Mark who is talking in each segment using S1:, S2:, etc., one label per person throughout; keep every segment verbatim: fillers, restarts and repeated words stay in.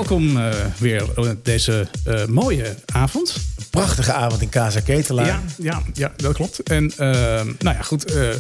S1: welkom uh, weer deze uh, mooie avond.
S2: Een prachtige avond in Casa Ketelaar.
S1: Ja, ja, ja, dat klopt. En uh, nou ja, goed. Uh,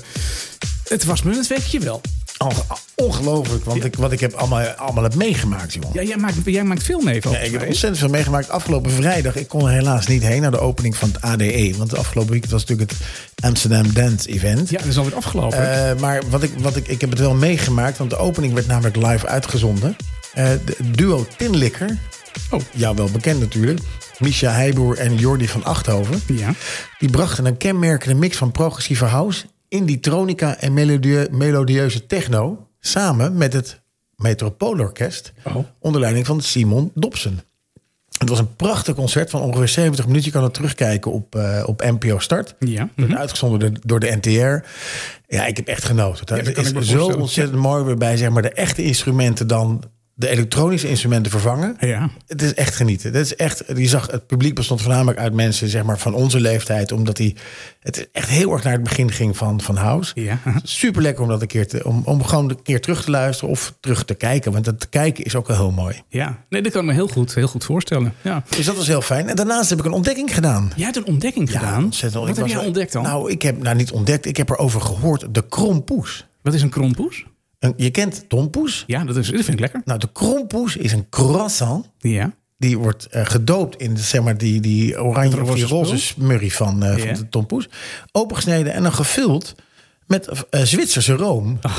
S1: het was me een weekje wel.
S2: Ongelooflijk, want ja. ik, wat ik heb allemaal, allemaal heb meegemaakt, jongen.
S1: Ja, jij maakt, jij maakt veel mee.
S2: Ja, ik heb ontzettend veel meegemaakt. Afgelopen vrijdag, ik kon er helaas niet heen naar de opening van het A D E. Want de afgelopen week was natuurlijk het Amsterdam Dance Event.
S1: Ja, dat is alweer afgelopen.
S2: Uh, maar wat ik, wat ik, ik heb het wel meegemaakt, want de opening werd namelijk live uitgezonden. Uh, de duo Tinlikker, oh. jou wel bekend natuurlijk, Misha Heiboer en Jordi van Achthoven.
S1: Ja. Die
S2: brachten een kenmerkende mix van progressieve house, indie-tronica en melodie- melodieuze techno samen met het Metropoolorkest oh. onder leiding van Simon Dobson. Het was een prachtig concert van ongeveer zeventig minuten. Je kan het terugkijken op, uh, op N P O Start. Ja. Mm-hmm. Uitgezonden door de, door de N T R. Ja, ik heb echt genoten. Het ja, is zo ontzettend mooi waarbij zeg maar, de echte instrumenten dan de elektronische instrumenten vervangen. Ja. Het is echt genieten. Dat is echt, je zag, het publiek bestond voornamelijk uit mensen zeg maar, van onze leeftijd. Omdat die, het echt heel erg naar het begin ging van, van house. Ja. Super lekker om dat een keer te, om, om gewoon een keer terug te luisteren of terug te kijken. Want dat te kijken is ook wel heel mooi.
S1: Ja, nee, dat kan ik me heel goed, heel goed voorstellen. Ja.
S2: Dus dat was heel fijn. En daarnaast heb ik een ontdekking gedaan.
S1: Jij hebt een ontdekking
S2: ja,
S1: gedaan?
S2: Ontzettend.
S1: Wat
S2: ik
S1: heb jij ontdekt dan?
S2: Nou, ik heb nou niet ontdekt. Ik heb erover gehoord. De krompoes.
S1: Wat is een krompoes?
S2: Je kent tompoes?
S1: Ja, dat, is, dat vind ik lekker.
S2: Nou, de krompoes is een croissant.
S1: Ja.
S2: Die wordt uh, gedoopt in zeg maar, die, die oranje of die roze smurrie van, uh, ja. van de tompoes. Opengesneden en dan gevuld met uh, Zwitserse room. Oh.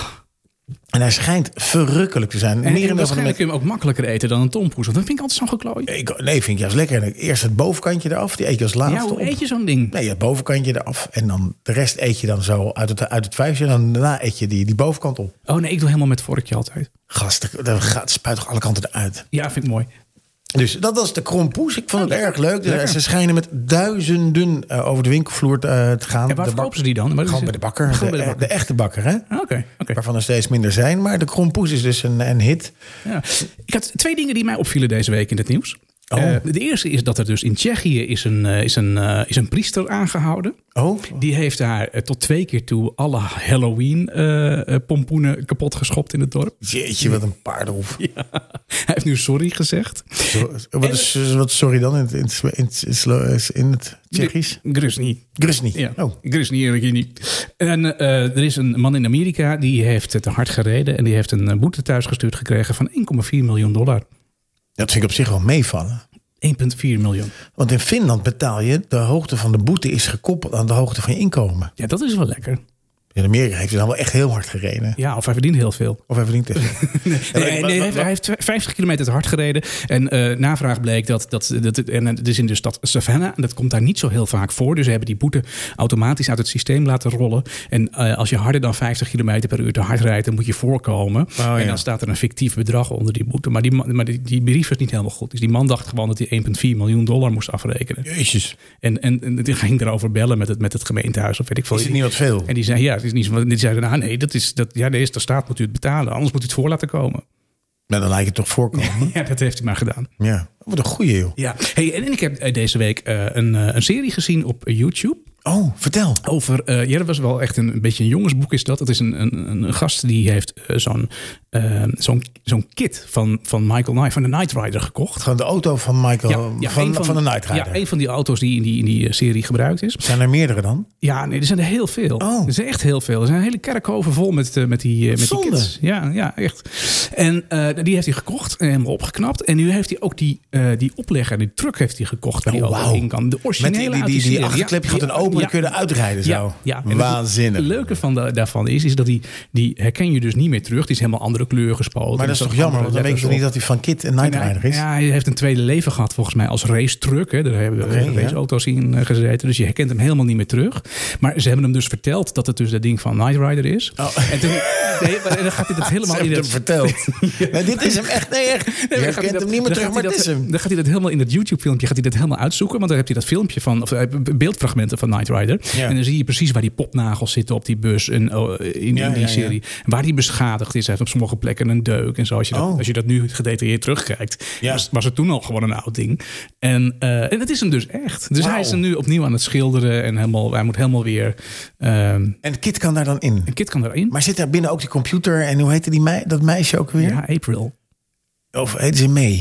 S2: En hij schijnt verrukkelijk te zijn.
S1: En, en waarschijnlijk kun je hem ook makkelijker eten dan een tompoes. Want dat vind ik altijd zo'n geklooid.
S2: Ik, nee, vind ik juist lekker. Eerst het bovenkantje eraf. Die eet je als laatste
S1: Ja, hoe
S2: op.
S1: eet je zo'n ding?
S2: Nee, het bovenkantje eraf. En dan de rest eet je dan zo uit het, uit het vuistje. En dan daarna eet je die, die bovenkant op.
S1: Oh nee, ik doe helemaal met vorkje altijd.
S2: Gast, dat gaat, spuit toch alle kanten eruit.
S1: Ja, vind ik mooi.
S2: Dus dat was de krompoes. Ik vond het ja, erg leuk. Lekker. Ze schijnen met duizenden uh, over de winkelvloer te, uh, te gaan.
S1: En waar verkopen ze die dan?
S2: Gewoon bij de bakker. De, bij de, bakker. de echte bakker, hè?
S1: Ah, okay, okay.
S2: Waarvan er steeds minder zijn. Maar de krompoes is dus een, een hit.
S1: Ja. Ik had twee dingen die mij opvielen deze week in het nieuws. Oh. Uh, de eerste is dat er dus in Tsjechië is een, uh, is een, uh, is een priester aangehouden.
S2: Oh.
S1: Die heeft daar uh, tot twee keer toe alle Halloween uh, pompoenen kapot geschopt in het dorp.
S2: Jeetje, wat een paardenhoef.
S1: Ja. Hij heeft nu sorry gezegd.
S2: Zo, wat is wat sorry dan in het, in het, in het Tsjechisch?
S1: Grusny.
S2: Grusny.
S1: Ja.
S2: Oh.
S1: Grusny hier niet. En uh, er is een man in Amerika die heeft te hard gereden. En die heeft een boete thuisgestuurd gekregen van één komma vier miljoen dollar.
S2: Dat vind ik op zich wel meevallen.
S1: één komma vier miljoen.
S2: Want in Finland betaal je, de hoogte van de boete is gekoppeld aan de hoogte van je inkomen.
S1: Ja, dat is wel lekker.
S2: In Amerika heeft hij dan wel echt heel hard gereden.
S1: Ja, of hij verdient heel veel.
S2: Of hij verdient heel veel.
S1: nee, nee, nee, nee, hij heeft vijftig kilometer te hard gereden. En uh, navraag bleek dat, dat, dat... En het is in de stad Savannah. En dat komt daar niet zo heel vaak voor. Dus ze hebben die boete automatisch uit het systeem laten rollen. En uh, als je harder dan vijftig kilometer per uur te hard rijdt, dan moet je voorkomen. Oh, ja. En dan staat er een fictief bedrag onder die boete. Maar die, maar die, die brief is niet helemaal goed. Dus die man dacht gewoon dat hij één komma vier miljoen dollar moest afrekenen.
S2: Jezus.
S1: En, en, en die ging erover bellen met het, met het gemeentehuis. Of weet ik veel.
S2: Is het niet wat veel?
S1: En die zei, ja, het is niet zo. Die zeiden, nou nee, dat is, dat, ja, de eerste staat moet u het betalen. Anders moet u het voor laten komen.
S2: Nou, dan lijkt het toch voorkomen.
S1: Ja, dat heeft hij maar gedaan.
S2: Ja, wat een goeie, joh.
S1: Ja. Hey, en ik heb deze week uh, een, uh, een serie gezien op YouTube.
S2: Oh, vertel.
S1: Over, uh, ja, dat was wel echt een, een beetje een jongensboek is dat. Het is een, een, een gast die heeft uh, zo'n, uh, zo'n, zo'n kit van, van Michael Knight, van de Knight Rider gekocht.
S2: Gewoon de auto van Michael, ja, ja, van, van, van de Knight Rider.
S1: Ja, een van die auto's die in die, in die serie gebruikt is.
S2: Zijn er meerdere dan?
S1: Ja, nee, er zijn er heel veel.
S2: Oh.
S1: Er zijn echt heel veel. Er zijn hele kerkhoven vol met, uh, met, die, uh, met die kits. Ja, ja, echt. En uh, die heeft hij gekocht en helemaal opgeknapt. En nu heeft hij ook die, uh, die oplegger, die truck heeft hij gekocht waar
S2: oh,
S1: die auto
S2: wow.
S1: in kan. De originele
S2: met die, die, die, die achterklep, je gaat een open en kun je eruit rijden.
S1: Ja, ja.
S2: Waanzinnig.
S1: Het leuke van de, daarvan is, is dat die, die herken je dus niet meer terug. Die is helemaal andere kleur gespoten.
S2: Maar dat is toch jammer, want dan weet je niet dat hij van Kit en Knight Rider is?
S1: Ja, hij heeft een tweede leven gehad volgens mij als racetruck. Hè. Daar hebben okay, raceauto's ja. in uh, gezeten. Dus je herkent hem helemaal niet meer terug. Maar ze hebben hem dus verteld dat het dus dat ding van Knight Rider is.
S2: Oh.
S1: En toen nee, maar dan gaat hij dat helemaal...
S2: Ze hebben
S1: het
S2: hem verteld. ja. Nee, dit is hem echt. Nee, echt. Je nee, herkent hem niet meer terug, maar het is hem.
S1: Dan gaat hij dat helemaal in het YouTube-filmpje gaat hij dat helemaal uitzoeken. Want dan heb je dat filmpje van... Of beeldfragmenten van Knight Rider. Ja. En dan zie je precies waar die popnagels zitten op die bus en uh, in, ja, in die ja, serie. Ja. Waar die beschadigd is. Hij heeft op sommige plekken een deuk. En zo, als je dat,
S2: oh.
S1: als je dat nu gedetailleerd terugkijkt, ja. was, was het toen al gewoon een oud ding. En, uh, en het is hem dus echt. Dus wow. hij is er nu opnieuw aan het schilderen. En helemaal, hij moet helemaal weer...
S2: Um, en Kit kan daar dan in?
S1: En Kit kan daarin.
S2: Maar zit daar binnen ook die computer? En hoe heette die mei, dat meisje ook weer?
S1: Ja, April.
S2: Of heet ze May?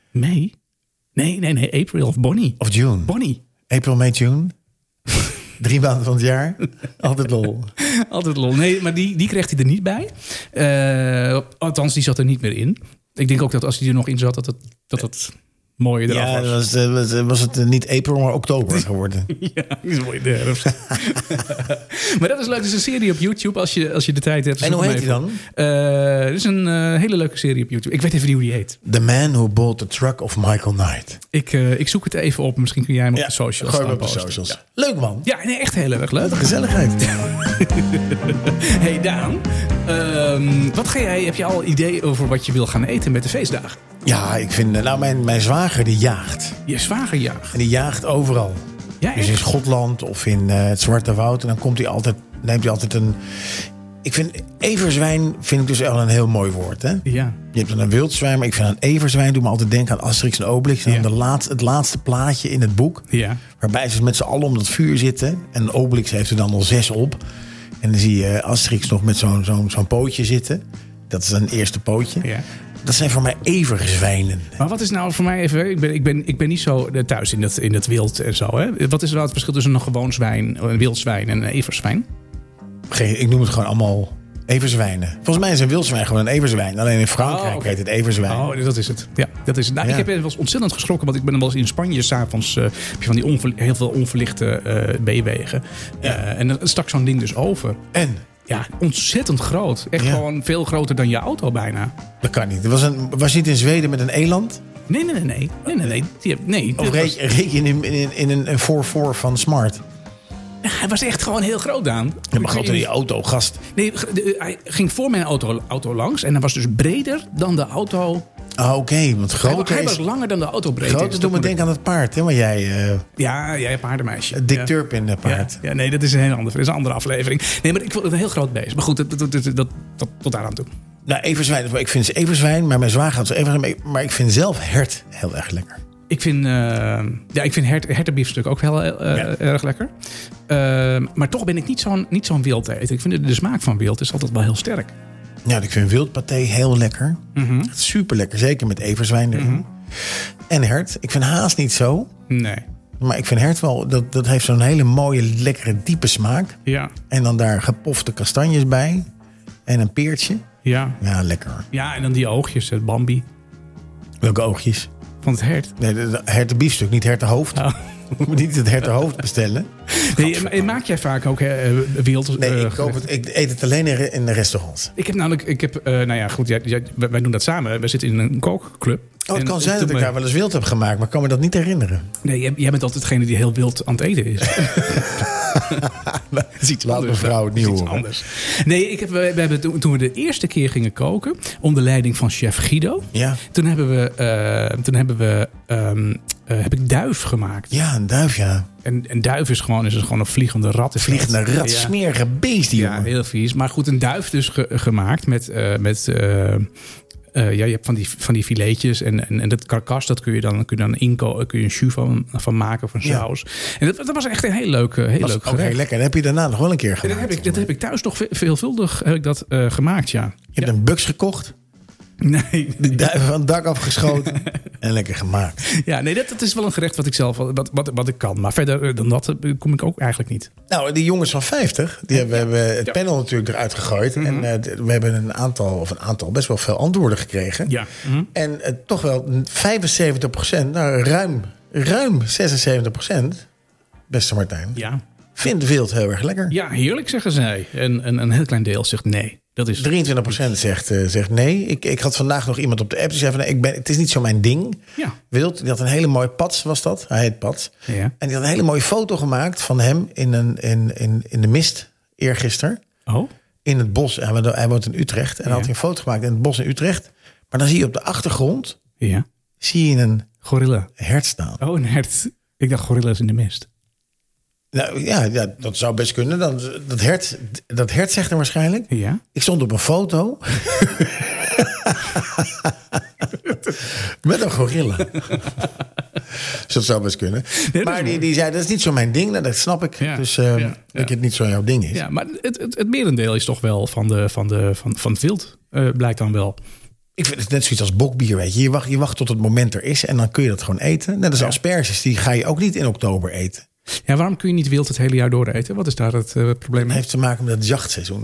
S1: May? Nee, nee, nee. April of Bonnie.
S2: Of June.
S1: Bonnie.
S2: April, May, June. Drie maanden van het jaar. Altijd lol.
S1: Altijd lol. Nee, maar die, die kreeg hij er niet bij. Uh, althans, die zat er niet meer in. Ik denk ook dat als hij er nog in zat, dat het, dat het mooier eraf
S2: ja,
S1: was.
S2: Ja, was, was, was het niet April, maar oktober geworden.
S1: Ja, is mooi de herfst. Maar dat is leuk. Het is een serie op YouTube als je, als je de tijd hebt.
S2: En hoe heet die dan?
S1: Uh, het is een uh, hele leuke serie op YouTube. Ik weet even niet hoe die heet.
S2: The Man Who Bought the Truck of Michael Knight.
S1: Ik, uh, ik zoek het even op. Misschien kun jij hem
S2: ja,
S1: op de socials
S2: gooi hem op de
S1: posten.
S2: socials.
S1: Ja.
S2: Leuk man.
S1: Ja, nee, echt heel erg leuk.
S2: Wat een gezelligheid.
S1: Hey Daan, um, wat ga jij, heb je al idee over wat je wil gaan eten met de feestdagen?
S2: Ja, ik vind, nou mijn, mijn zwager die jaagt.
S1: Je zwager jaagt?
S2: En die jaagt overal.
S1: Ja,
S2: dus in Schotland of in uh, het Zwarte Woud. En dan komt hij altijd, neemt hij altijd een... Ik vind everzwijn vind ik dus wel een heel mooi woord. Hè?
S1: Ja.
S2: Je hebt dan een wildzwijn, maar ik vind aan everzwijn doe me altijd denken aan Asterix en Obelix. En ja. de laatste, het laatste plaatje in het boek.
S1: Ja.
S2: Waarbij ze met z'n allen om dat vuur zitten. En Obelix heeft er dan al zes op. En dan zie je Asterix nog met zo'n, zo'n, zo'n pootje zitten. Dat is een eerste pootje. Ja. Dat zijn voor mij everzwijnen.
S1: Maar wat is nou voor mij even... Ik ben, ik ben, ik ben niet zo thuis in het, in het wild en zo. Hè? Wat is nou het verschil tussen een gewoon zwijn, een wild zwijn en een everzwijn?
S2: Geen, ik noem het gewoon allemaal everzwijnen. Volgens mij is een wildzwijn gewoon een everzwijn. Alleen in Frankrijk oh, okay. heet het everzwijn.
S1: Oh, dat is het. Ja, dat is het. Nou, ja. Ik heb wel eens ontzettend geschrokken, want ik ben wel eens in Spanje. S'avonds uh, heb je van die onver, heel veel onverlichte uh, B-wegen. Ja. Uh, en dan stak zo'n ding dus over.
S2: En?
S1: Ja, ontzettend groot. Echt ja. gewoon veel groter dan je auto bijna.
S2: Dat kan niet. Er was, een, was je niet in Zweden met een eland?
S1: Nee, nee, nee. nee. nee, nee, nee. Die heb, nee
S2: of reed, was... reed je in, in, in een, een vier vier van Smart?
S1: Ja, hij was echt gewoon heel groot, Daan.
S2: Ja, maar groter die auto, gast.
S1: Nee, hij ging voor mijn auto, auto langs. En hij was dus breder dan de auto...
S2: Ah, oké. Okay, want groter
S1: hij,
S2: is...
S1: hij was langer dan de auto breed
S2: groter
S1: is.
S2: doet me denken aan het paard, hè? Maar jij... Uh...
S1: Ja, jij hebt paardenmeisje.
S2: Dick Turpin paard.
S1: Ja, ja, nee, dat is een hele andere, dat is een andere aflevering. Nee, maar ik vond het een heel groot beest. Maar goed, dat, dat, dat, dat, dat tot daar aan toe.
S2: Nou, everzwijn. Ik vind ze everzwijn, maar mijn zwager had ze everzwijn. Maar ik vind zelf hert heel erg lekker.
S1: Ik vind, uh, ja, ik vind hert, hertenbiefstuk ook wel uh, ja. erg lekker. Uh, maar toch ben ik niet zo'n, niet zo'n wildeter. Ik vind de, de smaak van wild is altijd wel heel sterk.
S2: Ja, ik vind wildpaté heel lekker.
S1: Mm-hmm.
S2: Super lekker, zeker met everzwijn erin. Mm-hmm. En hert. Ik vind haas niet zo.
S1: Nee.
S2: Maar ik vind hert wel, dat, dat heeft zo'n hele mooie, lekkere, diepe smaak.
S1: Ja.
S2: En dan daar gepofte kastanjes bij. En een peertje.
S1: Ja.
S2: Ja, lekker.
S1: Ja, en dan die oogjes, het Bambi.
S2: Welke oogjes?
S1: Van het hert.
S2: Nee, de hertenbiefstuk, niet hertenhoofd. Oh. Je moet niet het hertenhoofd bestellen.
S1: Nee, maak jij vaak ook hè, wild?
S2: Nee,
S1: uh,
S2: ik, koop het, ik eet het alleen in de restaurants.
S1: Ik heb namelijk, ik heb, uh, nou ja, goed, jij, jij, wij doen dat samen. We zitten in een kookclub.
S2: Oh, het kan zijn dat ik daar wel eens wild heb gemaakt, maar ik kan me dat niet herinneren.
S1: Nee, jij, jij bent altijd degene die heel wild aan het eten is.
S2: Dat is iets Laat anders. Mevrouw het niet horen.
S1: Anders. Nee, ik heb, we, we hebben, toen we de eerste keer gingen koken, onder leiding van chef Guido.
S2: Ja.
S1: Toen hebben we, uh, toen hebben we um, uh, heb ik duif gemaakt.
S2: Ja, een duif, ja.
S1: En, en duif is gewoon, is gewoon een vliegende rat.
S2: Een vliegende rat, ja. Smerige beest die
S1: Ja,
S2: jongen.
S1: heel vies. Maar goed, een duif dus ge, gemaakt met... Uh, met uh, Uh, ja, je hebt van die, van die filetjes en, en, en dat karkas, dat kun je dan, kun je dan inko, kun je een jus van, van maken of een saus. Ja. En dat, dat was echt een heel leuk, heel
S2: was
S1: leuk gerecht.
S2: Heel lekker. Dat heb je daarna nog wel een keer gemaakt.
S1: Dat heb ik, dat heb ik thuis toch veelvuldig heb ik dat, uh, gemaakt, ja.
S2: Je hebt
S1: ja.
S2: een buks gekocht?
S1: Nee.
S2: De duiven van het dak afgeschoten en lekker gemaakt.
S1: Ja, nee, dat, dat is wel een gerecht wat ik zelf wat, wat, wat ik kan. Maar verder dan dat kom ik ook eigenlijk niet.
S2: Nou, die jongens van vijftig, die hebben, we hebben het ja. panel natuurlijk eruit gegooid. Mm-hmm. En uh, we hebben een aantal, of een aantal, best wel veel antwoorden gekregen.
S1: Ja. Mm-hmm.
S2: En uh, toch wel vijfenzeventig procent, nou ruim, ruim zesenzeventig procent, beste Martijn,
S1: ja.
S2: vindt wild heel erg lekker.
S1: Ja, heerlijk zeggen zij. En, en een heel klein deel zegt nee. Dat is...
S2: drieëntwintig procent zegt, uh, zegt nee. Ik, ik had vandaag nog iemand op de app die zei van... Nee, ik ben, het is niet zo mijn ding.
S1: Ja.
S2: Wild, die had een hele mooie Pats, was dat. Hij heet Pats.
S1: Ja.
S2: En die had een hele mooie foto gemaakt van hem in, een, in, in, in de mist eergisteren.
S1: Oh?
S2: In het bos. Hij, hij woont in Utrecht. En ja. had hij een foto gemaakt in het bos in Utrecht. Maar dan zie je op de achtergrond...
S1: Ja.
S2: zie je een...
S1: gorilla.
S2: Hert staan.
S1: Oh, een hert. Ik dacht gorilla's in de mist.
S2: Nou ja, ja, dat zou best kunnen. Dan, dat, hert, dat hert zegt er waarschijnlijk.
S1: Ja.
S2: Ik stond op een foto. Met een gorilla. Dus dat zou best kunnen. Nee, maar die, die zei, dat is niet zo mijn ding. Nou, dat snap ik. Ja, dus uh, ja, ja. dat het niet zo jouw ding is.
S1: Ja, maar het, het, het merendeel is toch wel van, de, van, de, van, van het wild. Uh, blijkt dan wel.
S2: Ik vind het net zoiets als bokbier, weet je. Je wacht, je wacht tot het moment er is en dan kun je dat gewoon eten. Net als ja. asperges, die ga je ook niet in oktober eten.
S1: Ja, waarom kun je niet wild het hele jaar door eten? Wat is daar het uh, probleem mee?
S2: Het heeft te maken met het jachtseizoen.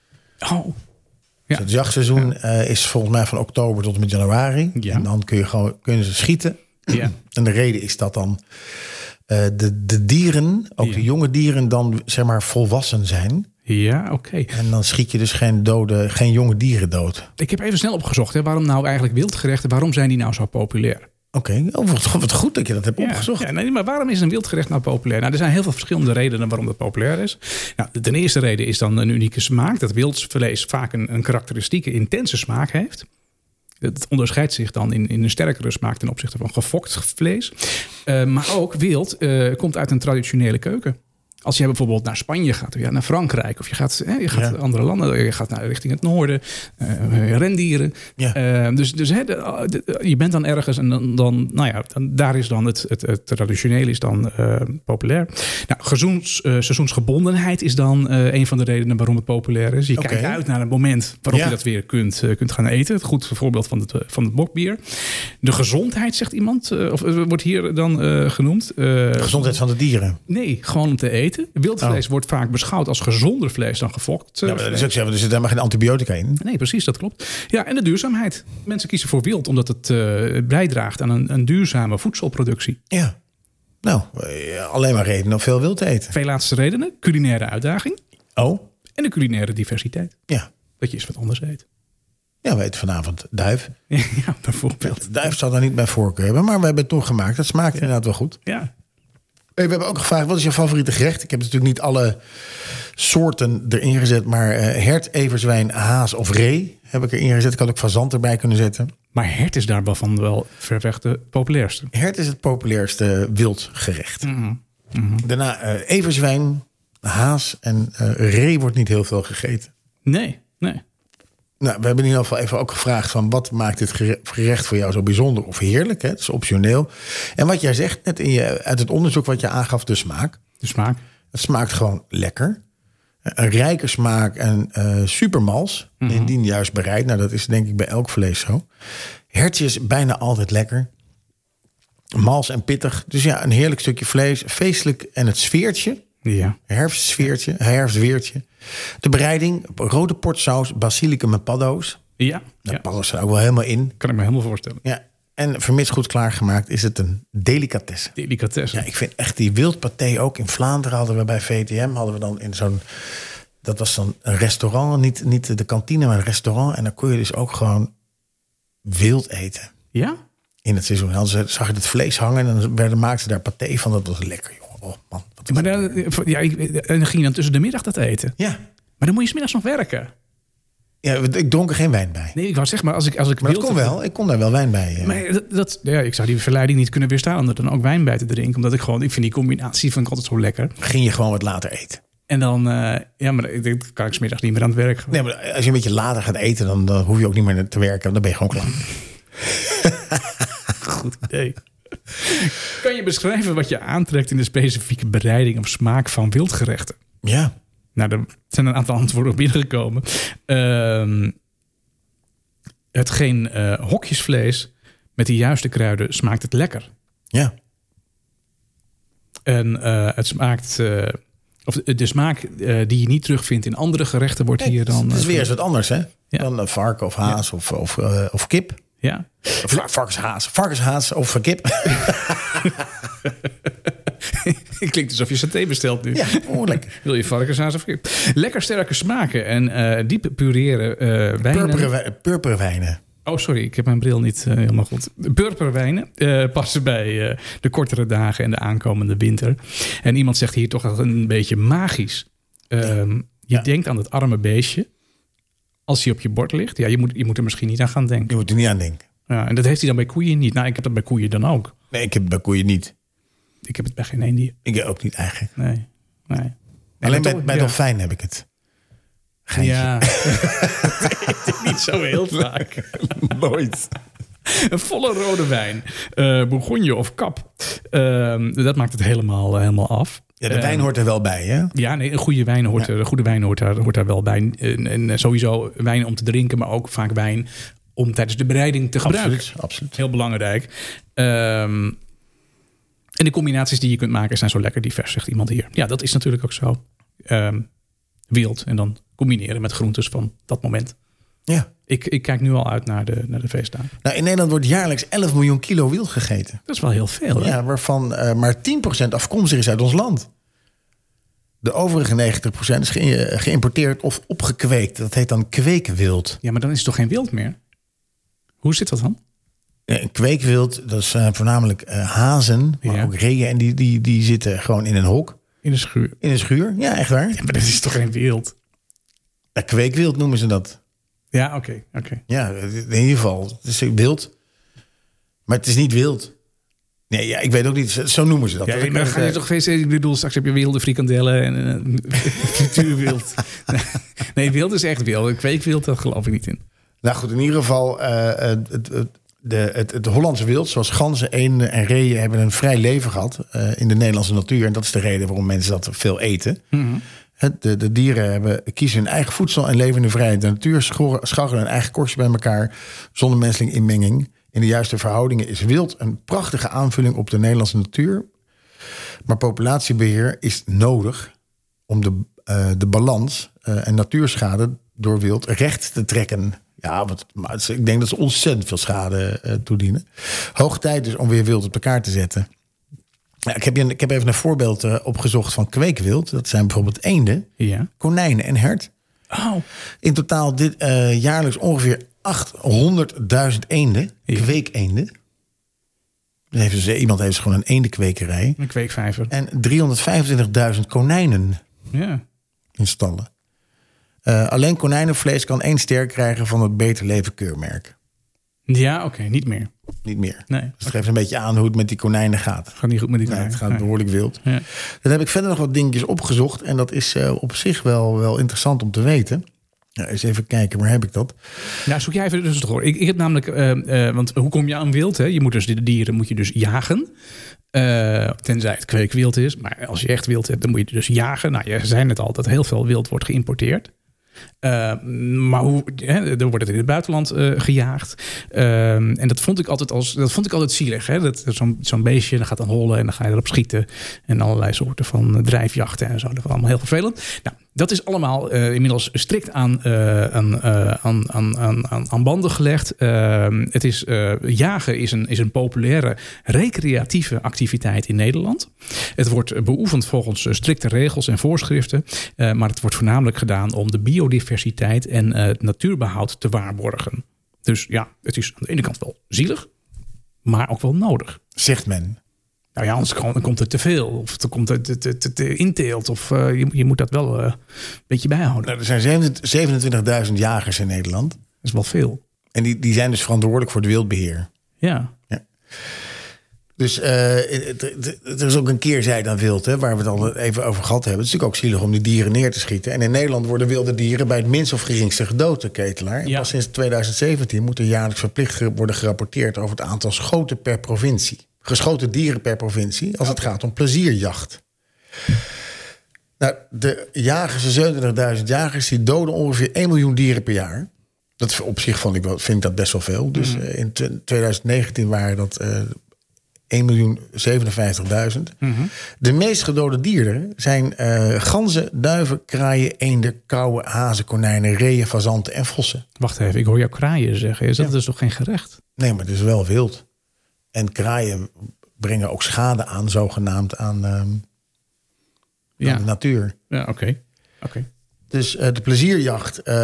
S1: Oh. Ja.
S2: Dus het jachtseizoen ja. uh, is volgens mij van oktober tot en met januari. Ja. En dan kun je gewoon kunnen ze schieten.
S1: Ja.
S2: En de reden is dat dan uh, de, de dieren, ook ja. de jonge dieren, dan zeg maar volwassen zijn.
S1: Ja, oké. Okay.
S2: En dan schiet je dus geen dode, geen jonge dieren dood.
S1: Ik heb even snel opgezocht, hè, waarom nou eigenlijk wildgerechten, waarom zijn die nou zo populair?
S2: Oké, okay. oh, wat, wat goed dat je dat hebt
S1: ja,
S2: opgezocht.
S1: Ja, nee, maar waarom is een wildgerecht nou populair? Nou, er zijn heel veel verschillende redenen waarom dat populair is. Nou, ten eerste reden is dan een unieke smaak. Dat wildvlees vaak een, een karakteristieke, intense smaak heeft. Het onderscheidt zich dan in, in een sterkere smaak ten opzichte van gefokt vlees. Uh, maar ook wild uh, komt uit een traditionele keuken. Als je bijvoorbeeld naar Spanje gaat, of ja, naar Frankrijk, of je gaat, hè, je gaat ja. andere landen, je gaat naar richting het noorden, uh, rendieren. Ja. Uh, dus dus hè, de, de, je bent dan ergens en dan, dan nou ja, dan, daar is dan het, het, het traditionele is dan uh, populair. Nou, gezoens, uh, seizoensgebondenheid is dan uh, een van de redenen waarom het populair is. Je okay. kijkt uit naar een moment waarop ja. je dat weer kunt, uh, kunt gaan eten. Het goed voorbeeld van het, van het bokbier. De gezondheid, zegt iemand, uh, of uh, wordt hier dan uh, genoemd. Uh,
S2: de gezondheid van de dieren?
S1: Nee, gewoon om te eten. Wildvlees oh. wordt vaak beschouwd als gezonder vlees dan gefokt.
S2: Ja, maar dat is ook zeggen, er zit helemaal geen antibiotica in.
S1: Nee, precies, dat klopt. Ja, en de duurzaamheid. Mensen kiezen voor wild omdat het uh, bijdraagt aan een, een duurzame voedselproductie.
S2: Ja. Nou, alleen maar reden om veel wild te eten.
S1: Twee laatste redenen. Culinaire uitdaging.
S2: Oh.
S1: En de culinaire diversiteit.
S2: Ja.
S1: Dat je eens wat anders eet.
S2: Ja, we eten vanavond duif.
S1: Ja, bijvoorbeeld.
S2: Duif zal daar niet bij voorkeur hebben, maar we hebben het toen gemaakt. Dat smaakt ja. inderdaad wel goed.
S1: Ja.
S2: We hebben ook gevraagd, wat is je favoriete gerecht? Ik heb natuurlijk niet alle soorten erin gezet, maar uh, hert, everzwijn, haas of ree heb ik erin gezet. Ik had ook fazant erbij kunnen zetten.
S1: Maar hert is daarvan wel verreweg de populairste.
S2: Hert is het populairste wildgerecht.
S1: Mm-hmm. Mm-hmm.
S2: Daarna uh, everzwijn, haas en uh, ree wordt niet heel veel gegeten.
S1: Nee, nee.
S2: Nou, we hebben in ieder geval even ook gevraagd van wat maakt dit gerecht voor jou zo bijzonder of heerlijk? Hè? Het is optioneel. En wat jij zegt net in je, uit het onderzoek wat je aangaf, de smaak.
S1: De smaak.
S2: Het smaakt gewoon lekker. Een rijke smaak en uh, supermals. Mm-hmm. Indien juist bereid. Nou, dat is denk ik bij elk vlees zo. Hertje is bijna altijd lekker. Mals en pittig. Dus ja, een heerlijk stukje vlees. Feestelijk en het sfeertje.
S1: Ja.
S2: Herfstsfeertje, herfstweertje. De bereiding, rode portsaus, basilicum en paddo's.
S1: Ja.
S2: De
S1: ja.
S2: paddo's zijn ook wel helemaal in.
S1: Kan ik me helemaal voorstellen.
S2: Ja. En vermits goed klaargemaakt is het een delicatesse.
S1: Delicatesse.
S2: Ja, ik vind echt die wildpaté ook in Vlaanderen hadden we bij V T M. Hadden we dan in zo'n, dat was dan een restaurant, niet, niet de kantine, maar een restaurant. En dan kon je dus ook gewoon wild eten.
S1: Ja?
S2: In het seizoen. Dan zag je het vlees hangen en dan werden, maakten ze daar paté van. Dat was lekker, joh. Oh man.
S1: Maar dan, ja, en dan ging je dan tussen de middag dat eten.
S2: Ja.
S1: Maar dan moet je 's middags nog werken.
S2: Ja, ik dronk er geen wijn bij.
S1: Nee, ik wou zeg maar als ik als ik
S2: maar dat kon wel. Ik kon daar wel wijn bij. Ja.
S1: Maar dat, dat, ja, ik zou die verleiding niet kunnen weerstaan om er dan ook wijn bij te drinken, omdat ik gewoon, ik vind die combinatie van ik altijd zo lekker.
S2: Ging je gewoon wat later eten?
S1: En dan, uh, ja, maar dan kan ik 's middags niet meer aan het werk.
S2: Nee, maar als je een beetje later gaat eten, dan, dan hoef je ook niet meer te werken. Dan ben je gewoon klaar.
S1: Goed idee. Kan je beschrijven wat je aantrekt in de specifieke bereiding of smaak van wildgerechten?
S2: Ja.
S1: Nou, er zijn een aantal antwoorden op binnengekomen. Uh, hetgeen uh, hokjesvlees met de juiste kruiden smaakt het lekker.
S2: Ja.
S1: En uh, het smaakt, uh, of de smaak uh, die je niet terugvindt in andere gerechten wordt nee, hier dan.
S2: Het is weer eens wat anders, hè?
S1: Ja.
S2: Dan uh, varken of haas ja. of, of, uh, of kip.
S1: Ja.
S2: Of varkenshaas. Varkenshaas of kip.
S1: Klinkt alsof je saté bestelt nu.
S2: Ja, oh, lekker.
S1: Wil je varkenshaas of kip? Lekker sterke smaken en uh, diep pureren uh, wijnen.
S2: Purperen, purperwijnen.
S1: Oh, sorry, ik heb mijn bril niet uh, helemaal goed. Purperwijnen uh, passen bij uh, de kortere dagen en de aankomende winter. En iemand zegt hier toch een beetje magisch. Uh, ja. Je ja. denkt aan het arme beestje. Als hij op je bord ligt. Ja, je moet, je moet er misschien niet aan gaan denken.
S2: Je moet er niet aan denken.
S1: Ja, en dat heeft hij dan bij koeien niet. Nou, ik heb dat bij koeien dan ook.
S2: Nee, ik heb het bij koeien niet.
S1: Ik heb het bij geen één dier.
S2: Ik ook niet eigenlijk.
S1: Nee, nee. nee
S2: alleen bij, bij ja. dolfijn heb ik het. Geintje.
S1: Ja, niet zo heel vaak.
S2: Nooit.
S1: Een volle rode wijn. Uh, Bourgogne of Kap. Uh, dat maakt het helemaal, helemaal af.
S2: Ja, de wijn uh, hoort er wel bij, hè?
S1: Ja, nee, een goede wijn hoort, ja. er, een goede wijn hoort, daar, hoort daar wel bij. En, en sowieso wijn om te drinken, maar ook vaak wijn om tijdens de bereiding te gebruiken.
S2: Absoluut, absoluut.
S1: Heel belangrijk. Um, en de combinaties die je kunt maken zijn zo lekker divers, zegt iemand hier. Ja, dat is natuurlijk ook zo. Um, wild en dan combineren met groentes van dat moment.
S2: Ja.
S1: Ik, ik kijk nu al uit naar de, naar de feestdagen.
S2: Nou, in Nederland wordt jaarlijks elf miljoen kilo wild gegeten.
S1: Dat is wel heel veel. Hè?
S2: Ja, waarvan uh, maar tien procent afkomstig is uit ons land. De overige negentig procent is ge- geïmporteerd of opgekweekt. Dat heet dan kweekwild.
S1: Ja, maar dan is het toch geen wild meer? Hoe zit dat dan?
S2: Ja, een kweekwild, dat is uh, voornamelijk uh, hazen, maar
S1: ja.
S2: ook reeën. En die, die, die zitten gewoon in een hok.
S1: In een schuur?
S2: In een schuur, ja, echt waar.
S1: Ja, maar dat is toch geen wild?
S2: Ja, kweekwild noemen ze dat.
S1: Ja, oké. Okay, okay.
S2: Ja, in ieder geval. Het is wild. Maar het is niet wild. Nee, ja, ik weet ook niet. Zo noemen ze dat.
S1: Ja, maar ga je toch feesten? Ik bedoel, straks heb je wilde frikandellen en uh, frituurwild. Nee, wild is echt wild. Kweekwild, dat geloof ik niet in.
S2: Nou goed, in ieder geval... Uh, het, het, de, het, het Hollandse wild, zoals ganzen, eenden en reeën... hebben een vrij leven gehad uh, in de Nederlandse natuur. En dat is de reden waarom mensen dat veel eten. Mm-hmm. De, de dieren hebben, kiezen hun eigen voedsel en leven in de vrijheid. De natuur scharrelen hun eigen korstje bij elkaar... zonder menselijke inmenging. In de juiste verhoudingen is wild een prachtige aanvulling op de Nederlandse natuur. Maar populatiebeheer is nodig om de, uh, de balans uh, en natuurschade door wild recht te trekken. Ja, want, maar ik denk dat ze ontzettend veel schade uh, toedienen. Hoog tijd dus om weer wild op elkaar te zetten. Ja, ik, heb, ik heb even een voorbeeld uh, opgezocht van kweekwild. Dat zijn bijvoorbeeld eenden, ja. konijnen en hert.
S1: Oh.
S2: In totaal dit uh, jaarlijks ongeveer achthonderdduizend eenden, ja. kweekeenden. Dan heeft dus, iemand heeft dus gewoon een eendenkwekerij.
S1: Een kweekvijver.
S2: En driehonderdvijfentwintigduizend konijnen
S1: ja.
S2: in stallen. Uh, alleen konijnenvlees kan één ster krijgen van het Beter Leven keurmerk.
S1: Ja, oké, okay, niet meer.
S2: Niet meer.
S1: Nee,
S2: dus het geeft een beetje aan hoe het met die konijnen gaat.
S1: Het gaat niet goed met die
S2: nee,
S1: konijnen.
S2: Het gaat behoorlijk
S1: nee.
S2: wild.
S1: Ja.
S2: Dan heb ik verder nog wat dingetjes opgezocht. En dat is uh, op zich wel, wel interessant om te weten. Ja, eens even kijken, waar heb ik dat?
S1: Nou, zoek jij even dus door. Ik, ik heb namelijk, uh, uh, want hoe kom je aan wild? Hè? Je moet dus de dieren moet je dus jagen. Uh, tenzij het kweekwild is. Maar als je echt wild hebt, dan moet je dus jagen. Nou, je zei net al dat heel veel wild wordt geïmporteerd. Uh, maar hoe, hè, er wordt het in het buitenland uh, gejaagd. Uh, en dat vond ik altijd als dat vond ik altijd zielig. Hè? Dat, zo'n, zo'n beestje, dat gaat dan hollen en dan ga je erop schieten. En allerlei soorten van drijfjachten en zo. Dat was allemaal heel vervelend. Nou, dat is allemaal uh, inmiddels strikt aan, uh, aan, uh, aan, aan, aan, aan banden gelegd. Uh, het is, uh, jagen is een, is een populaire recreatieve activiteit in Nederland. Het wordt beoefend volgens strikte regels en voorschriften. Uh, maar het wordt voornamelijk gedaan om de biodiversiteit en uh, het natuurbehoud te waarborgen. Dus ja, het is aan de ene kant wel zielig, maar ook wel nodig.
S2: Zegt men.
S1: Nou ja, anders kan, komt er te veel. Of er komt er te, te, te, te inteelt. Of uh, je, je moet dat wel uh, een beetje bijhouden.
S2: Nou, er zijn zevenentwintigduizend jagers in Nederland. Dat
S1: is wel veel.
S2: En die, die zijn dus verantwoordelijk voor het wildbeheer.
S1: Ja.
S2: ja. Dus uh, er is ook een keerzijde aan wild, hè, waar we het al even over gehad hebben. Het is natuurlijk ook zielig om die dieren neer te schieten. En in Nederland worden wilde dieren bij het minst of geringste gedood, Ketelaar. En ja. Pas sinds twintig zeventien moet er jaarlijks verplicht worden gerapporteerd over het aantal schoten per provincie. Geschoten dieren per provincie, als het gaat om plezierjacht. Nou, de jagers, de zevenentwintigduizend jagers, die doden ongeveer één miljoen dieren per jaar. Dat is op zich vond ik wel, vind ik dat best wel veel. Dus mm-hmm. in twintig negentien waren dat uh, één miljoen zevenenvijftigduizend. Mm-hmm. De meest gedode dieren zijn uh, ganzen, duiven, kraaien, eenden, kauwen, hazen, konijnen, reeën, fazanten en vossen.
S1: Wacht even, ik hoor jou kraaien zeggen. Is dat ja. dus toch geen gerecht?
S2: Nee, maar het is wel wild. En kraaien brengen ook schade aan, zogenaamd, aan, um, aan
S1: ja.
S2: de natuur.
S1: Ja, oké. Okay. Okay.
S2: Dus uh, de plezierjacht. Uh,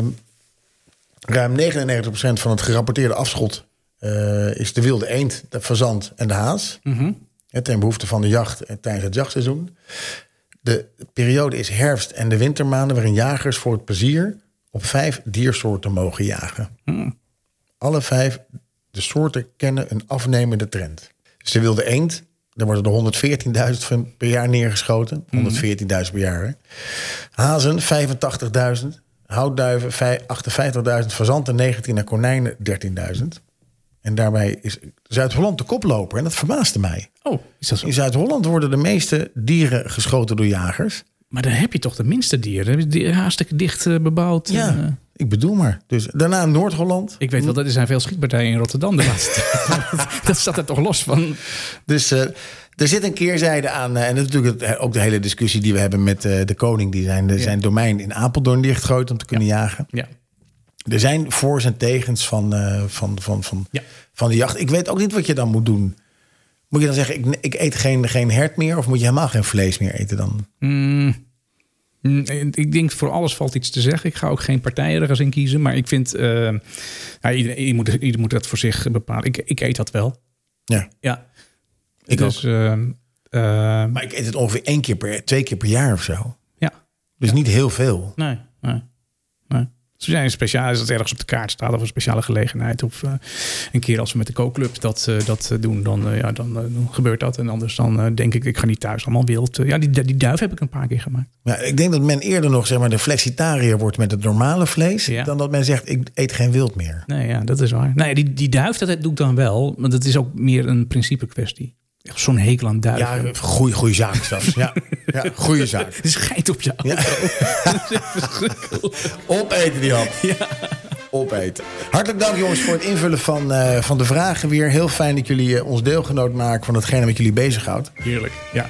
S2: ruim negenennegentig procent van het gerapporteerde afschot uh, is de wilde eend, de fazant en de haas. Mm-hmm. Ten behoefte van de jacht en tijdens het jachtseizoen. De periode is herfst en de wintermaanden, waarin jagers voor het plezier op vijf diersoorten mogen jagen. Mm. Alle vijf de soorten kennen een afnemende trend. Dus de wilde eend, daar worden er honderdveertienduizend per jaar neergeschoten. Mm-hmm. honderdveertienduizend per jaar. Hè. Hazen, vijfentachtigduizend. Houtduiven, achtenvijftigduizend. Fazanten, negentien. En konijnen, dertienduizend. En daarbij is Zuid-Holland de koploper. En dat verbaasde mij.
S1: Oh, is dat zo?
S2: In Zuid-Holland worden de meeste dieren geschoten door jagers.
S1: Maar dan heb je toch de minste dieren? Die hartstikke dicht uh, bebouwd.
S2: Ja,
S1: uh...
S2: Ik bedoel maar. Dus daarna Noord-Holland.
S1: Ik weet wel, dat er zijn veel schietpartijen in Rotterdam de laatste tijd. Dat staat er toch los van.
S2: Dus uh, er zit een keerzijde aan. Uh, en dat is natuurlijk ook de hele discussie die we hebben met uh, de koning. Die zijn, de, ja. zijn domein in Apeldoorn dichtgooit om te kunnen ja. jagen. Ja. Er zijn voor's en tegens van, uh, van, van, van, ja. van de jacht. Ik weet ook niet wat je dan moet doen. Moet je dan zeggen, ik, ik eet geen, geen hert meer? Of moet je helemaal geen vlees meer eten dan?
S1: Mm. Ik denk, voor alles valt iets te zeggen. Ik ga ook geen partijen ergens in kiezen. Maar ik vind, uh, nou, iedereen, ieder, moet, ieder moet dat voor zich bepalen. Ik, ik eet dat wel.
S2: Ja.
S1: Ja.
S2: Ik
S1: dus,
S2: ook.
S1: Uh, uh,
S2: maar ik eet het ongeveer één keer per, twee keer per jaar of zo.
S1: Ja.
S2: Dus
S1: ja.
S2: niet heel veel.
S1: Nee, nee, nee. Ze zijn speciaal, als het ergens op de kaart staat of een speciale gelegenheid. Of uh, een keer als we met de kookclub dat, uh, dat doen, dan, uh, ja, dan, uh, dan gebeurt dat. En anders dan uh, denk ik, ik ga niet thuis allemaal wild. Uh, ja, die, die duif heb ik een paar keer gemaakt.
S2: Ja, ik denk dat men eerder nog zeg maar de flexitariër wordt met het normale vlees. Ja. Dan dat men zegt, ik eet geen wild meer.
S1: Nee, ja, dat is waar. Nee, die, die duif, dat doe ik dan wel. Want het is ook meer een principe kwestie. Zo'n hekel aan duiven.
S2: Ja, goeie, goeie zaak zelfs. Ja, ja, goeie zaak.
S1: Het is geit op je auto.
S2: Ja. Opeten die hap. Ja. Opeten. Hartelijk dank jongens voor het invullen van, uh, van de vragen weer. Heel fijn dat jullie uh, ons deelgenoot maken van hetgene wat jullie bezighoudt.
S1: Heerlijk, ja.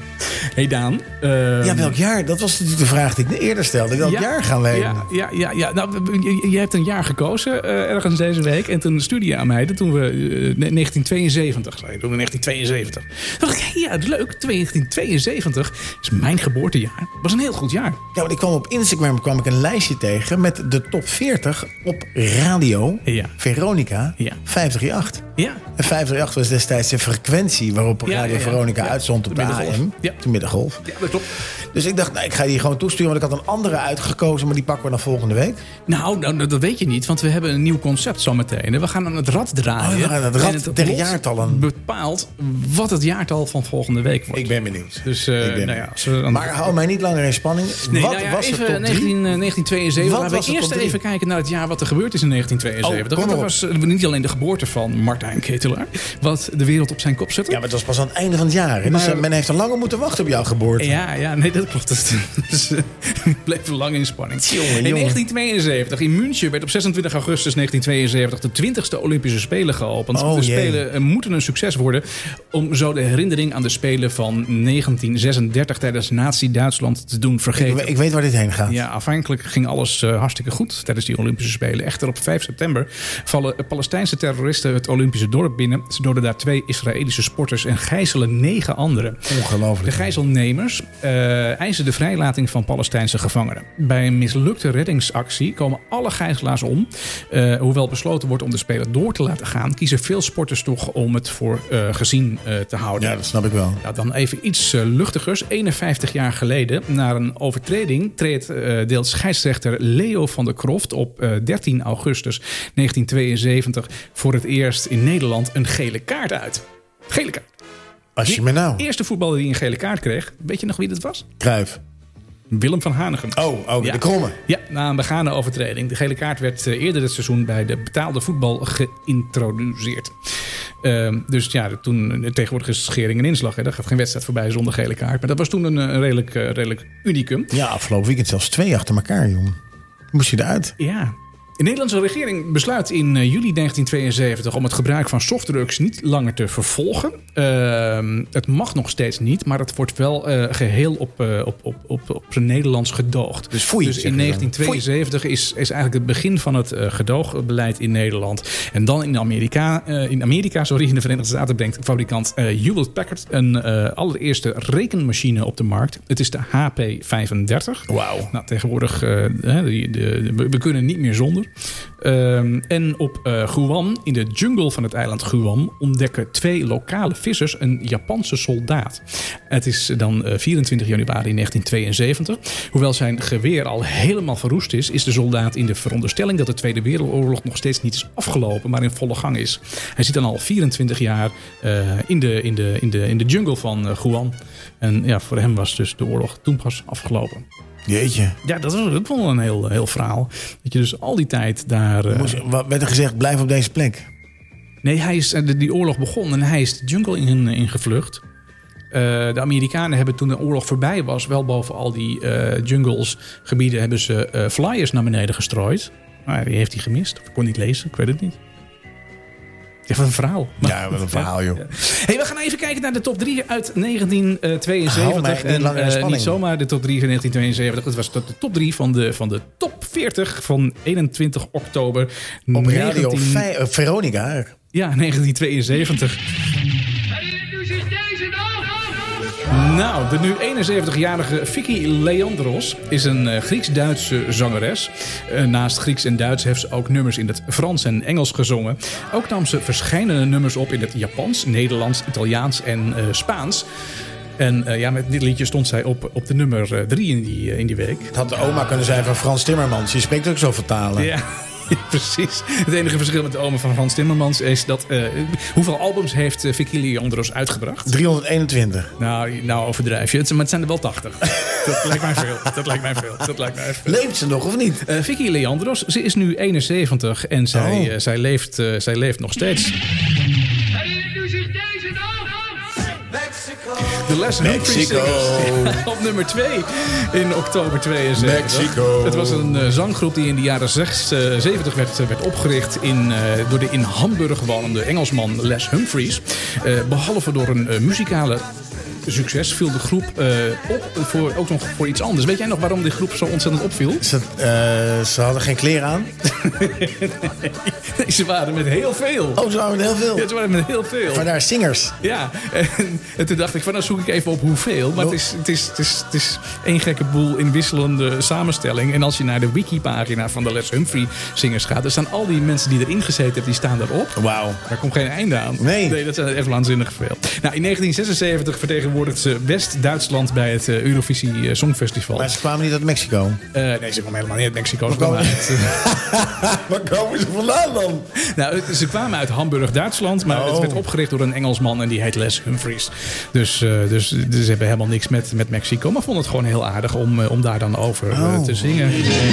S1: Hey Daan.
S2: Uh, ja, welk jaar? Dat was natuurlijk de vraag die ik eerder stelde. Welk ja, jaar gaan we heen?
S1: Ja, ja, ja, ja. Nou, je, je hebt een jaar gekozen uh, ergens deze week. En toen stuurde je aan mij. Toen we uh, negentien tweeënzeventig. Toen we negentien tweeënzeventig. Toen dacht ik, hey, ja, het is leuk. negentien tweeënzeventig is mijn geboortejaar. Was een heel goed jaar.
S2: Ja, want ik kwam op Instagram kwam ik een lijstje tegen met de top veertig op radio. Ja. Veronica. Ja. vijf drie acht. Ja. En vijf drie acht was destijds de frequentie waarop Radio ja, ja, ja. Veronica ja. uitzond op de, de A M. Ja. De middengolf. Ja, dat klopt. Dus ik dacht, nou, ik ga die gewoon toesturen. Want ik had een andere uitgekozen, maar die pakken we dan volgende week.
S1: Nou, nou, dat weet je niet. Want we hebben een nieuw concept zometeen. We gaan aan het rad draaien.
S2: Oh, we gaan aan het rad het tegen jaartallen.
S1: Bepaalt wat het jaartal van volgende week wordt.
S2: Ik ben benieuwd.
S1: Dus, uh,
S2: ik ben
S1: nou ja,
S2: als we aan... Maar hou mij niet langer in spanning.
S1: Nee,
S2: wat
S1: nou ja,
S2: was
S1: even
S2: het top
S1: negentien, negentien tweeënzeventig. Wat Laten we eerst even kijken naar het jaar wat er gebeurd is in negentien tweeënzeventig. Oh, want dat was uh, niet alleen de geboorte van Martijn Ketelaar. Wat de wereld op zijn kop zette.
S2: Ja, maar het was pas aan het einde van het jaar. Maar, dus men heeft er langer moeten wachten op jouw geboorte.
S1: Ja, ja, nee, dat klopt. Dus, dus uh, ik bleef lang in spanning.
S2: Jongen,
S1: in negentien tweeënzeventig, in München, werd op zesentwintig augustus negentien tweeënzeventig de twintigste Olympische Spelen geopend.
S2: Oh,
S1: de
S2: jee.
S1: Spelen uh, moeten een succes worden om zo de herinnering aan de Spelen van negentien zesendertig tijdens Nazi-Duitsland te doen vergeten.
S2: Ik, ik weet waar dit heen gaat.
S1: Ja, afhankelijk ging alles uh, hartstikke goed tijdens die Olympische Spelen. Echter op vijf september vallen Palestijnse terroristen het Olympische dorp binnen. Ze doden daar twee Israëlische sporters en gijzelen negen anderen.
S2: Ongelooflijk.
S1: De gijzelnemers uh, eisen de vrijlating van Palestijnse gevangenen. Bij een mislukte reddingsactie komen alle gijzelaars om. Uh, hoewel besloten wordt om de Spelen door te laten gaan, kiezen veel sporters toch om het voor uh, gezien uh, te houden.
S2: Ja, dat snap ik wel.
S1: Nou, dan even iets uh, luchtigers. eenenvijftig jaar geleden, na een overtreding, treedt uh, deelt scheidsrechter Leo van der Kroft op uh, dertien augustus negentien tweeënzeventig voor het eerst in Nederland een gele kaart uit. Gele kaart.
S2: Als je me nou.
S1: De eerste voetballer die een gele kaart kreeg, weet je nog wie dat was?
S2: Cruijff.
S1: Willem van Hanegem.
S2: Oh, oh ja. De kromme.
S1: Ja, na een begane overtreding. De gele kaart werd uh, eerder dit seizoen bij de betaalde voetbal geïntroduceerd. Uh, dus ja, toen, tegenwoordig is schering en inslag. Hè. Daar gaat geen wedstrijd voorbij zonder gele kaart. Maar dat was toen een, een redelijk, uh, redelijk unicum.
S2: Ja, afgelopen weekend zelfs twee achter elkaar, jongen. Moest je eruit?
S1: Ja. De Nederlandse regering besluit in juli negentien tweeënzeventig om het gebruik van softdrugs niet langer te vervolgen. Uh, het mag nog steeds niet, maar het wordt wel uh, geheel op, uh, op, op, op, op zijn Nederlands gedoogd.
S2: Dus, foei,
S1: dus in negentien tweeënzeventig is, is eigenlijk het begin van het uh, gedoogbeleid in Nederland. En dan in Amerika, uh, in Amerika, sorry, in de Verenigde Staten brengt fabrikant uh, Hewlett Packard een uh, allereerste rekenmachine op de markt. Het is de H P vijfendertig.
S2: Wauw. Nou,
S1: tegenwoordig, uh, de, de, de, we kunnen niet meer zonder. Um, en op uh, Guam, in de jungle van het eiland Guam, ontdekken twee lokale vissers een Japanse soldaat. Het is dan uh, vierentwintig januari negentien tweeënzeventig. Hoewel zijn geweer al helemaal verroest is, is de soldaat in de veronderstelling dat de Tweede Wereldoorlog nog steeds niet is afgelopen, maar in volle gang is. Hij zit dan al vierentwintig jaar uh, in, de, in, de, in, de, in de jungle van uh, Guam. En ja, voor hem was dus de oorlog toen pas afgelopen.
S2: Jeetje.
S1: Ja, dat was ook wel een heel, heel verhaal. Dat je dus al die tijd daar... Uh...
S2: Moest, wat werd er gezegd, blijf op deze plek?
S1: Nee, hij is, die oorlog begon en hij is de jungle in, in gevlucht. de Amerikanen hebben toen de oorlog voorbij was... wel boven al die uh, jungles, gebieden... hebben ze uh, flyers naar beneden gestrooid. Maar die heeft hij gemist. Of ik kon niet lezen, ik weet het niet. Ja, wat een verhaal.
S2: Ja, wat een verhaal, joh.
S1: Hey, we gaan even kijken naar de top drie uit negentien tweeënzeventig.
S2: En uh,
S1: niet zomaar de top drie van negentien tweeënzeventig. Het was de top drie van de, van de top veertig van eenentwintig oktober.
S2: Op Radio negentien... uh, Veronica.
S1: Ja, negentien tweeënzeventig. Nou, de nu eenenzeventigjarige Vicky Leandros is een uh, Grieks-Duitse zangeres. Uh, naast Grieks en Duits heeft ze ook nummers in het Frans en Engels gezongen. Ook nam ze verschillende nummers op in het Japans, Nederlands, Italiaans en uh, Spaans. En uh, ja, met dit liedje stond zij op, op de nummer uh, drie in die, uh, in die week.
S2: Het had de oma kunnen zijn van Frans Timmermans. Je spreekt ook zo vertalen.
S1: Ja. Ja, precies. Het enige verschil met de oma van Frans Timmermans is dat... Uh, hoeveel albums heeft uh, Vicky Leandros uitgebracht?
S2: driehonderdeenentwintig.
S1: Nou, nou overdrijf je. Het, maar het zijn er wel tachtig. Dat lijkt mij veel. Dat lijkt mij veel. Dat lijkt mij veel.
S2: Leeft ze nog of niet?
S1: Uh, Vicky Leandros, ze is nu eenenzeventig en zij, oh. uh, zij, leeft, uh, zij leeft nog steeds. De Les Humphrey Singers. Op nummer twee in oktober tweeënzeventig.
S2: Mexico.
S1: Het was een uh, zanggroep die in de jaren zeventig werd, uh, werd opgericht in, uh, door de in Hamburg wonende Engelsman Les Humphreys. Uh, behalve door een uh, muzikale succes viel de groep uh, op voor, ook nog voor iets anders. Weet jij nog waarom die groep zo ontzettend opviel?
S2: Ze, uh, ze hadden geen kleren aan?
S1: Nee, ze waren met heel veel.
S2: Oh, ze waren met heel veel?
S1: Ja, ze waren met heel veel.
S2: Vandaar singers.
S1: Ja, en, en toen dacht ik van, nou zoek ik even op hoeveel. Maar het is, het, is, het, is, het is één gekke boel in wisselende samenstelling. En als je naar de wikipagina van de Les Humphrey Singers gaat, dan staan al die mensen die erin gezeten hebben, die staan daarop.
S2: Wauw.
S1: Daar komt geen einde aan.
S2: Nee.
S1: Nee, dat zijn echt waanzinnig veel. Nou, in negentien zesenzeventig vertegenwoordigt ze West-Duitsland bij het uh, Eurovisie uh, Songfestival.
S2: Maar ze kwamen niet uit Mexico?
S1: Uh, nee, ze kwamen helemaal niet uit Mexico. Ze kwamen uit, uh...
S2: Waar komen ze vandaan dan?
S1: Nou, ze kwamen uit Hamburg, Duitsland. Maar oh. het werd opgericht door een Engelsman en die heet Les Humphreys. Dus, uh, dus, dus ze hebben helemaal niks met, met Mexico. Maar vonden het gewoon heel aardig om, uh, om daar dan over uh, oh. te zingen.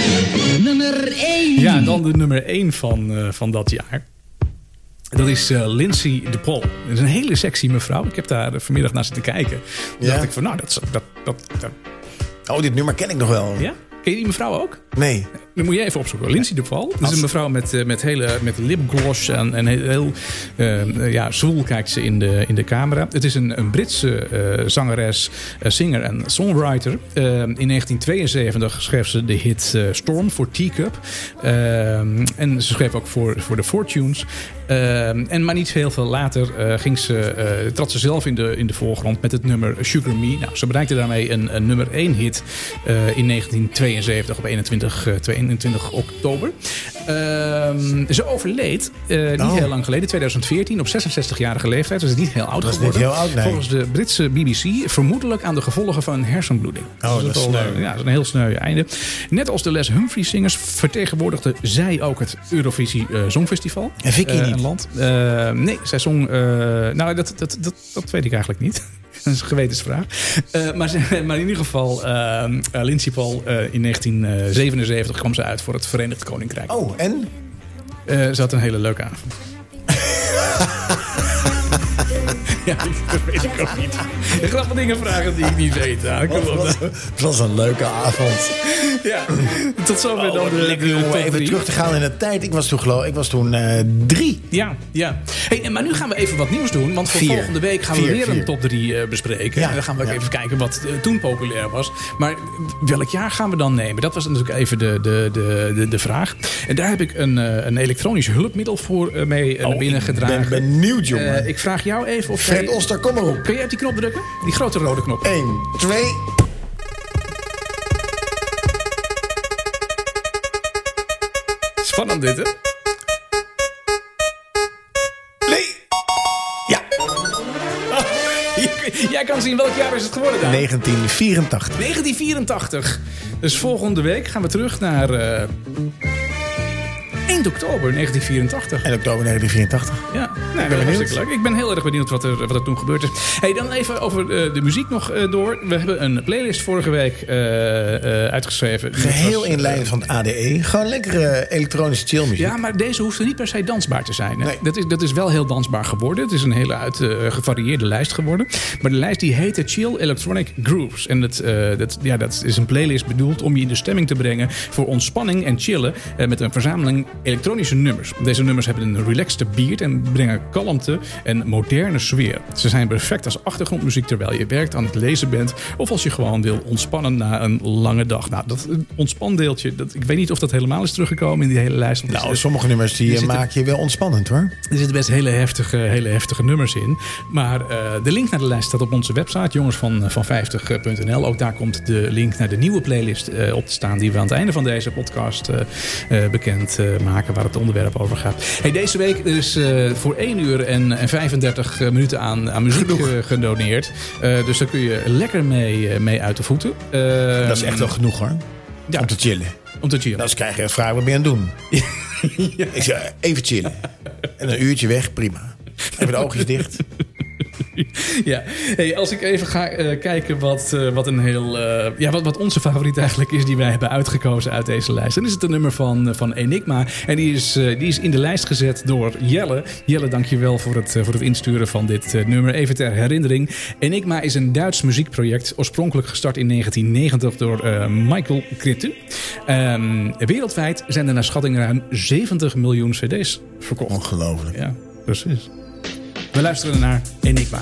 S1: Nummer één. Ja, dan de nummer één van, uh, van dat jaar. Dat is uh, Lindsay de Paul. Dat is een hele sexy mevrouw. Ik heb daar uh, vanmiddag naar zitten kijken. Toen
S2: ja?
S1: dacht ik van, nou, dat, dat, dat, dat...
S2: Oh, dit nummer ken ik nog wel.
S1: Ja? Ken je die mevrouw ook?
S2: Nee.
S1: Dan moet je even opzoeken. Lindsay de Paul. Dat is een mevrouw met, uh, met, hele, met lipgloss en, en heel, heel uh, ja, zwoel kijkt ze in de, in de camera. Het is een, een Britse uh, zangeres, uh, singer en songwriter. Uh, in negentien tweeënzeventig schreef ze de hit uh, Storm voor Teacup. Uh, en ze schreef ook voor, voor de Fortunes. Uh, en maar niet heel veel later uh, ging ze, uh, trad ze zelf in de, in de voorgrond met het nummer Sugar Me. Nou, ze bereikte daarmee een, een nummer één hit uh, in negentien tweeënzeventig op eenentwintig, uh, eenentwintig oktober. Uh, ze overleed uh, niet oh. heel lang geleden, tweeduizend veertien, op zesenzestigjarige leeftijd. Dus niet heel oud
S2: dat
S1: geworden.
S2: Is niet heel oud, nee.
S1: Volgens de Britse B B C vermoedelijk aan de gevolgen van een hersenbloeding.
S2: Oh, dus dat, dat is sneu.
S1: Uh, ja, dat is een heel sneu einde. Net als de Les Humphrey Singers vertegenwoordigde zij ook het Eurovisie uh, Songfestival.
S2: En Vicky uh, niet?
S1: Land. Uh, nee, zij zong... Uh, nou, dat, dat, dat, dat weet ik eigenlijk niet. Dat is een gewetensvraag. Uh, maar, maar in ieder geval, uh, uh, Lindsay Paul, uh, in negentien zevenenzeventig kwam ze uit voor het Verenigd Koninkrijk.
S2: Oh, en?
S1: Uh, ze had een hele leuke avond. Ja, dat weet ik ook niet. Je gaat me dingen vragen die ik niet weet. Ja, kom op.
S2: Het was een leuke avond.
S1: Ja, tot zover
S2: oh,
S1: dan de,
S2: lekker, jongen, even drie. Terug te gaan in de tijd. Ik was toen, geloof, ik was toen uh, drie.
S1: Ja, ja. Hey, maar nu gaan we even wat nieuws doen. Want voor
S2: vier.
S1: volgende week gaan
S2: vier,
S1: we weer
S2: vier.
S1: een top drie uh, bespreken. Ja, en dan gaan we ook ja. even kijken wat uh, toen populair was. Maar welk jaar gaan we dan nemen? Dat was natuurlijk even de, de, de, de, de vraag. En daar heb ik een, uh, een elektronisch hulpmiddel voor uh, mee uh,
S2: oh,
S1: naar binnen gedragen.
S2: Ik ben benieuwd, jongen.
S1: Uh, ik vraag jou even of
S2: Fred
S1: jij...
S2: Oster, kom maar op.
S1: Kun jij op die knop drukken? Die grote rode knop.
S2: Eén, twee...
S1: Spannend dit, hè?
S2: Nee! Ja.
S1: Oh, jij kan zien welk jaar is het geworden dan?
S2: negentien vierentachtig.
S1: negentien vierentachtig. Dus volgende week gaan we terug naar... Uh, één oktober negentien vierentachtig.
S2: En oktober negentien vierentachtig.
S1: Ja, nee, ben hartstikke leuk. Ik ben heel erg benieuwd wat er, wat er toen gebeurd is. Hey, dan even over uh, de muziek nog uh, door. We hebben een playlist vorige week uh, uh, uitgeschreven.
S2: Geheel
S1: was,
S2: in lijn van het A D E. Gewoon lekkere elektronische chillmuziek.
S1: Ja, maar deze hoeft er niet per se dansbaar te zijn. Hè?
S2: Nee.
S1: Dat, is, dat is wel heel dansbaar geworden. Het is een hele uit, uh, gevarieerde lijst geworden. Maar de lijst die heette Chill Electronic Grooves. En dat, uh, dat, ja, dat is een playlist bedoeld om je in de stemming te brengen voor ontspanning en chillen uh, met een verzameling elektronische nummers. Deze nummers hebben een relaxed beat en brengen kalmte en moderne sfeer. Ze zijn perfect als achtergrondmuziek terwijl je werkt, aan het lezen bent of als je gewoon wil ontspannen na een lange dag. Nou, dat ontspandeeltje, dat, ik weet niet of dat helemaal is teruggekomen in die hele lijst.
S2: Nou,
S1: zitten,
S2: sommige nummers die zitten, maak je wel ontspannend, hoor.
S1: Er zitten best hele heftige, hele heftige nummers in. Maar uh, de link naar de lijst staat op onze website, jongens van, van vijftig punt n l. Ook daar komt de link naar de nieuwe playlist uh, op te staan die we aan het einde van deze podcast uh, uh, bekend uh, maken, waar het onderwerp over gaat. Hey, deze week is uh, voor één uur en, en vijfendertig minuten aan, aan muziek uh, gedoneerd. Uh, dus daar kun je lekker mee, uh, mee uit de voeten. Uh,
S2: dat is echt wel genoeg, hoor. Ja. Om te chillen.
S1: Om te chillen.
S2: Dan krijg je een vraag, wat ben je aan het doen? Ja. Ik zeg, even chillen. En een uurtje weg, prima. Even de oogjes dicht.
S1: Ja, hey, als ik even ga uh, kijken wat, uh, wat, een heel, uh, ja, wat, wat onze favoriet eigenlijk is die wij hebben uitgekozen uit deze lijst. Dan is het een nummer van, van Enigma. En die is, uh, die is in de lijst gezet door Jelle. Jelle, dankjewel voor het, uh, voor het insturen van dit uh, nummer. Even ter herinnering. Enigma is een Duits muziekproject. Oorspronkelijk gestart in negentien negentig door uh, Michael Crichton. Um, wereldwijd zijn er naar schatting ruim zeventig miljoen cd's verkocht.
S2: Ongelooflijk.
S1: Ja, precies. We luisteren naar Enigma.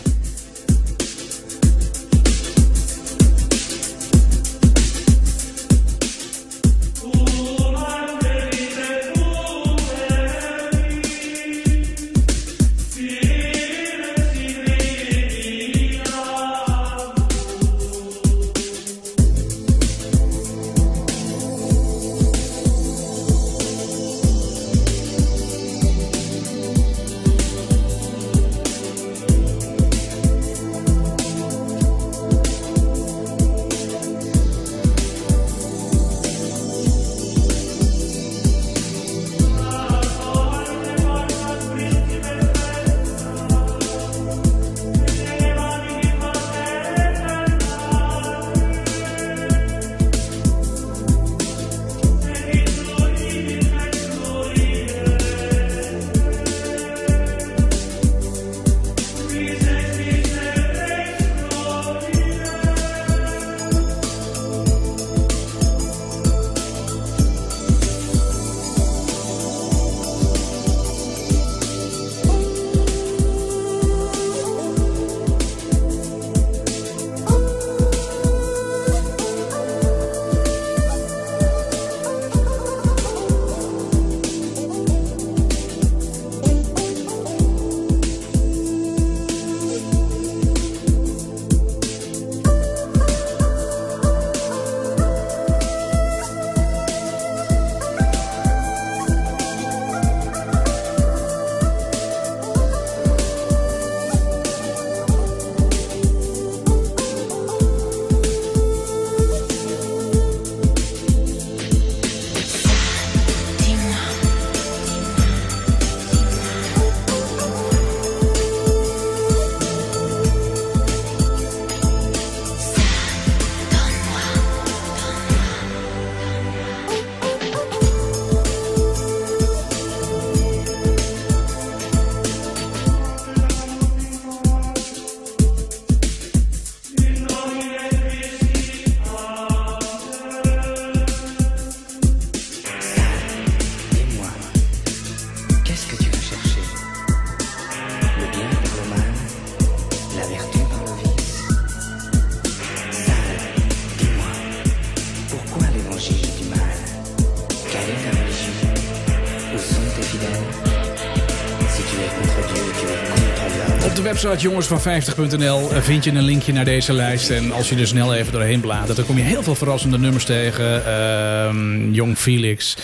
S1: website jongens van vijftig punt n l vind je een linkje naar deze lijst. En als je er snel even doorheen bladert, dan kom je heel veel verrassende nummers tegen. Um, Jong Felix.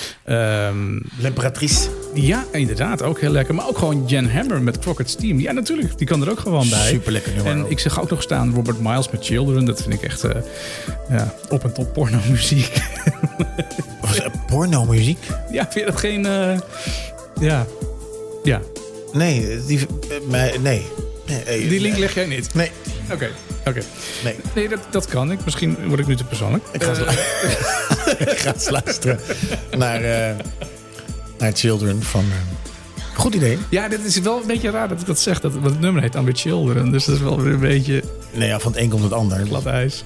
S1: Um,
S2: L'Imperatrice.
S1: Ja, inderdaad. Ook heel lekker. Maar ook gewoon Jan Hammer met Crockett's Team. Ja, natuurlijk. Die kan er ook gewoon bij.
S2: Super lekker nummer.
S1: En
S2: ook.
S1: ik zeg ook nog staan Robert Miles met Children. Dat vind ik echt uh, ja, op en top porno muziek.
S2: Pornomuziek?
S1: Ja, vind je dat geen... Uh, ja. Ja.
S2: Nee, die, uh, nee. nee.
S1: Die link leg jij niet?
S2: Nee.
S1: Oké. Okay. Oké. Okay.
S2: Nee,
S1: nee dat, dat kan ik. Misschien word ik nu te persoonlijk.
S2: Ik ga, uh, ik ga eens luisteren naar, uh, naar Children van... Uh, goed idee.
S1: Ja, dit is wel een beetje raar dat ik dat zeg. Dat, het nummer heet dan weer Children. Dus dat is wel weer een beetje...
S2: Nee, ja, van het een komt het ander.
S1: Glad ijs.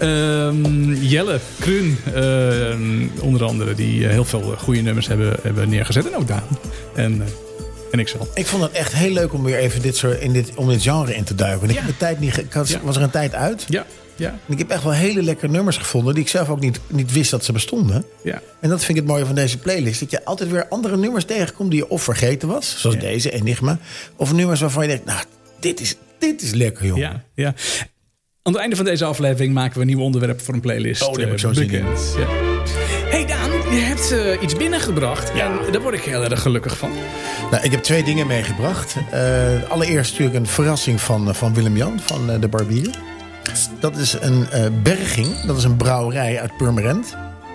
S1: Um, Jelle, Kruun, uh, onder andere, die heel veel goede nummers hebben, hebben neergezet. En ook Daan. En... Uh, En ik zelf.
S2: Ik vond het echt heel leuk om weer even dit soort, in dit, om dit genre in te duiken. Ik ja. heb de tijd niet, ik had, ja. was er een tijd uit.
S1: Ja. Ja.
S2: En ik heb echt wel hele lekkere nummers gevonden die ik zelf ook niet, niet wist dat ze bestonden.
S1: Ja.
S2: En dat vind ik het mooie van deze playlist. Dat je altijd weer andere nummers tegenkomt die je of vergeten was. Zoals ja. deze, Enigma. Of nummers waarvan je denkt, nou, dit is, dit is lekker, jongen.
S1: Ja, ja. Aan het einde van deze aflevering maken we een nieuw onderwerp voor een playlist.
S2: Oh, dat heb ik zo zin in.
S1: Ja. Hey Daan, je hebt uh, iets binnengebracht. Ja. En daar word ik heel erg gelukkig van.
S2: Nou, ik heb twee dingen meegebracht. Uh, allereerst natuurlijk een verrassing van, uh, van Willem-Jan, van uh, de Barbier. Dat is een uh, berging. Dat is een brouwerij uit Purmerend.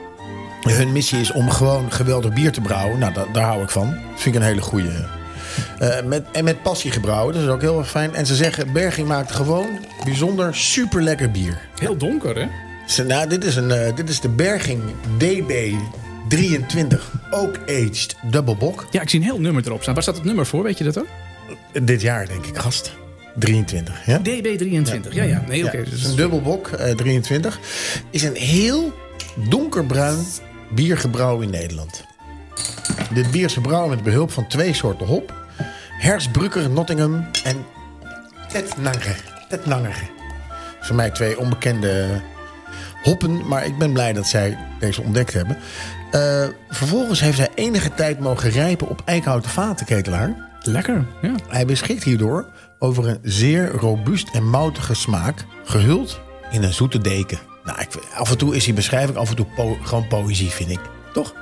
S2: Hun missie is om gewoon geweldig bier te brouwen. Nou, da- daar hou ik van. Dat vind ik een hele goede. Uh, met, en met passie gebrouwen. Dat is ook heel erg fijn. En ze zeggen, Berging maakt gewoon bijzonder super lekker bier.
S1: Heel donker, hè?
S2: Nou, dit is, een, uh, dit is de Berging D B drieëntwintig Oak Aged Double Bock.
S1: Ja, ik zie een heel nummer erop staan. Waar staat het nummer voor? Weet je dat ook?
S2: Dit jaar, denk ik, gast. drieëntwintig, ja?
S1: D B drieëntwintig, ja, ja. ja. Nee, oké.
S2: Okay, ja, dus een dubbelbok, uh, drieëntwintig. Is een heel donkerbruin bier gebrouwen in Nederland. Dit bier is gebrouwen met behulp van twee soorten hop. Hersbrucker, Nottingham en Tettnanger. Tettnanger. Voor mij twee onbekende hoppen, maar ik ben blij dat zij deze ontdekt hebben. Uh, vervolgens heeft hij enige tijd mogen rijpen op eikenhouten vaten, ketelaar.
S1: Lekker, ja.
S2: Hij beschikt hierdoor over een zeer robuust en moutige smaak, gehuld in een zoete deken. Nou, ik, af en toe is die beschrijving, af en toe po- gewoon poëzie, vind ik. Toch?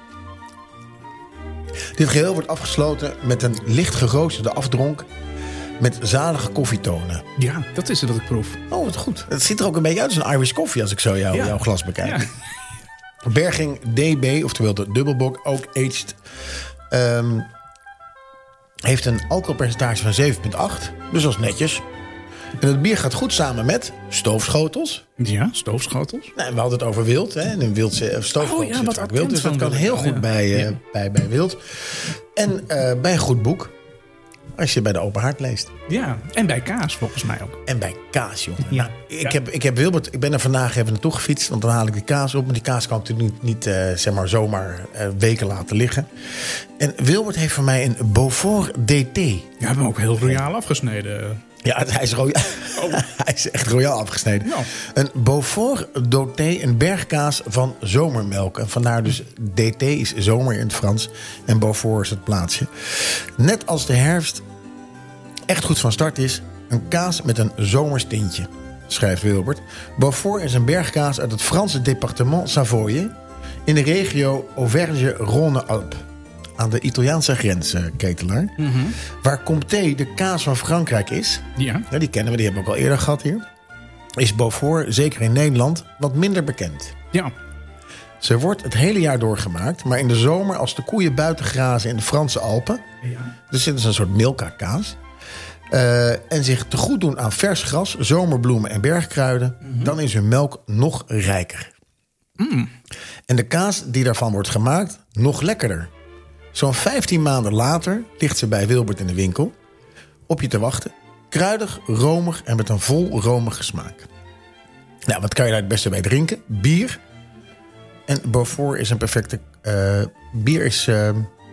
S2: Dit geheel wordt afgesloten met een licht geroosterde afdronk met zalige koffietonen.
S1: Ja, dat is het dat ik proef.
S2: Oh, wat goed. Het ziet er ook een beetje uit als een Irish coffee als ik zo jou, ja. jouw glas bekijk. Ja. Berging D B, oftewel de dubbelbok, ook aged, um, heeft een alcoholpercentage van zeven komma acht. Dus dat is netjes. En het bier gaat goed samen met stoofschotels.
S1: Ja, stoofschotels.
S2: Nou, we hadden het over wild. Hè? En een wildse stoofschotel
S1: oh, ja,
S2: zit
S1: wat
S2: vaak wild. Dus dat kan heel goed
S1: ja.
S2: bij, uh,
S1: ja.
S2: bij, bij wild. En uh, bij een goed boek. Als je bij de Open Haard leest.
S1: Ja, en bij kaas volgens mij ook.
S2: En bij kaas, jongen.
S1: Ja.
S2: Nou, ik,
S1: ja.
S2: heb, ik heb Wilbert, ik ben er vandaag even naartoe gefietst. Want dan haal ik die kaas op. Maar die kaas kan natuurlijk niet, niet uh, zeg maar zomaar uh, weken laten liggen. En Wilbert heeft voor mij een Beaufort D T.
S1: Ja, we hebben hem ook heel royaal afgesneden.
S2: Ja, hij is, royaal. Oh. Hij is echt royaal afgesneden.
S1: Ja.
S2: Een Beaufort D T, een bergkaas van zomermelk. En vandaar dus D T is zomer in het Frans. En Beaufort is het plaatsje. Net als de herfst echt goed van start is, een kaas met een zomers tintje, schrijft Wilbert. Beaufort is een bergkaas uit het Franse departement Savoie in de regio Auvergne-Rhône-Alpes. Aan de Italiaanse grens, uh, ketelaar.
S1: Mm-hmm.
S2: Waar Comté de kaas van Frankrijk is.
S1: Ja.
S2: Ja, die kennen we, die hebben we ook al eerder gehad hier. Is Beaufort, zeker in Nederland, wat minder bekend.
S1: Ja.
S2: Ze wordt het hele jaar doorgemaakt, maar in de zomer als de koeien buiten grazen in de Franse Alpen.
S1: Ja.
S2: Dus dit is een soort Milka-kaas. Uh, en zich te goed doen aan vers gras, zomerbloemen en bergkruiden, mm-hmm. dan is hun melk nog rijker.
S1: Mm.
S2: En de kaas die daarvan wordt gemaakt, nog lekkerder. Zo'n vijftien maanden later ligt ze bij Wilbert in de winkel op je te wachten. Kruidig, romig en met een vol romige smaak. Nou, wat kan je daar het beste bij drinken? Bier. En Beaufort is een perfecte... Uh, bier is... Uh,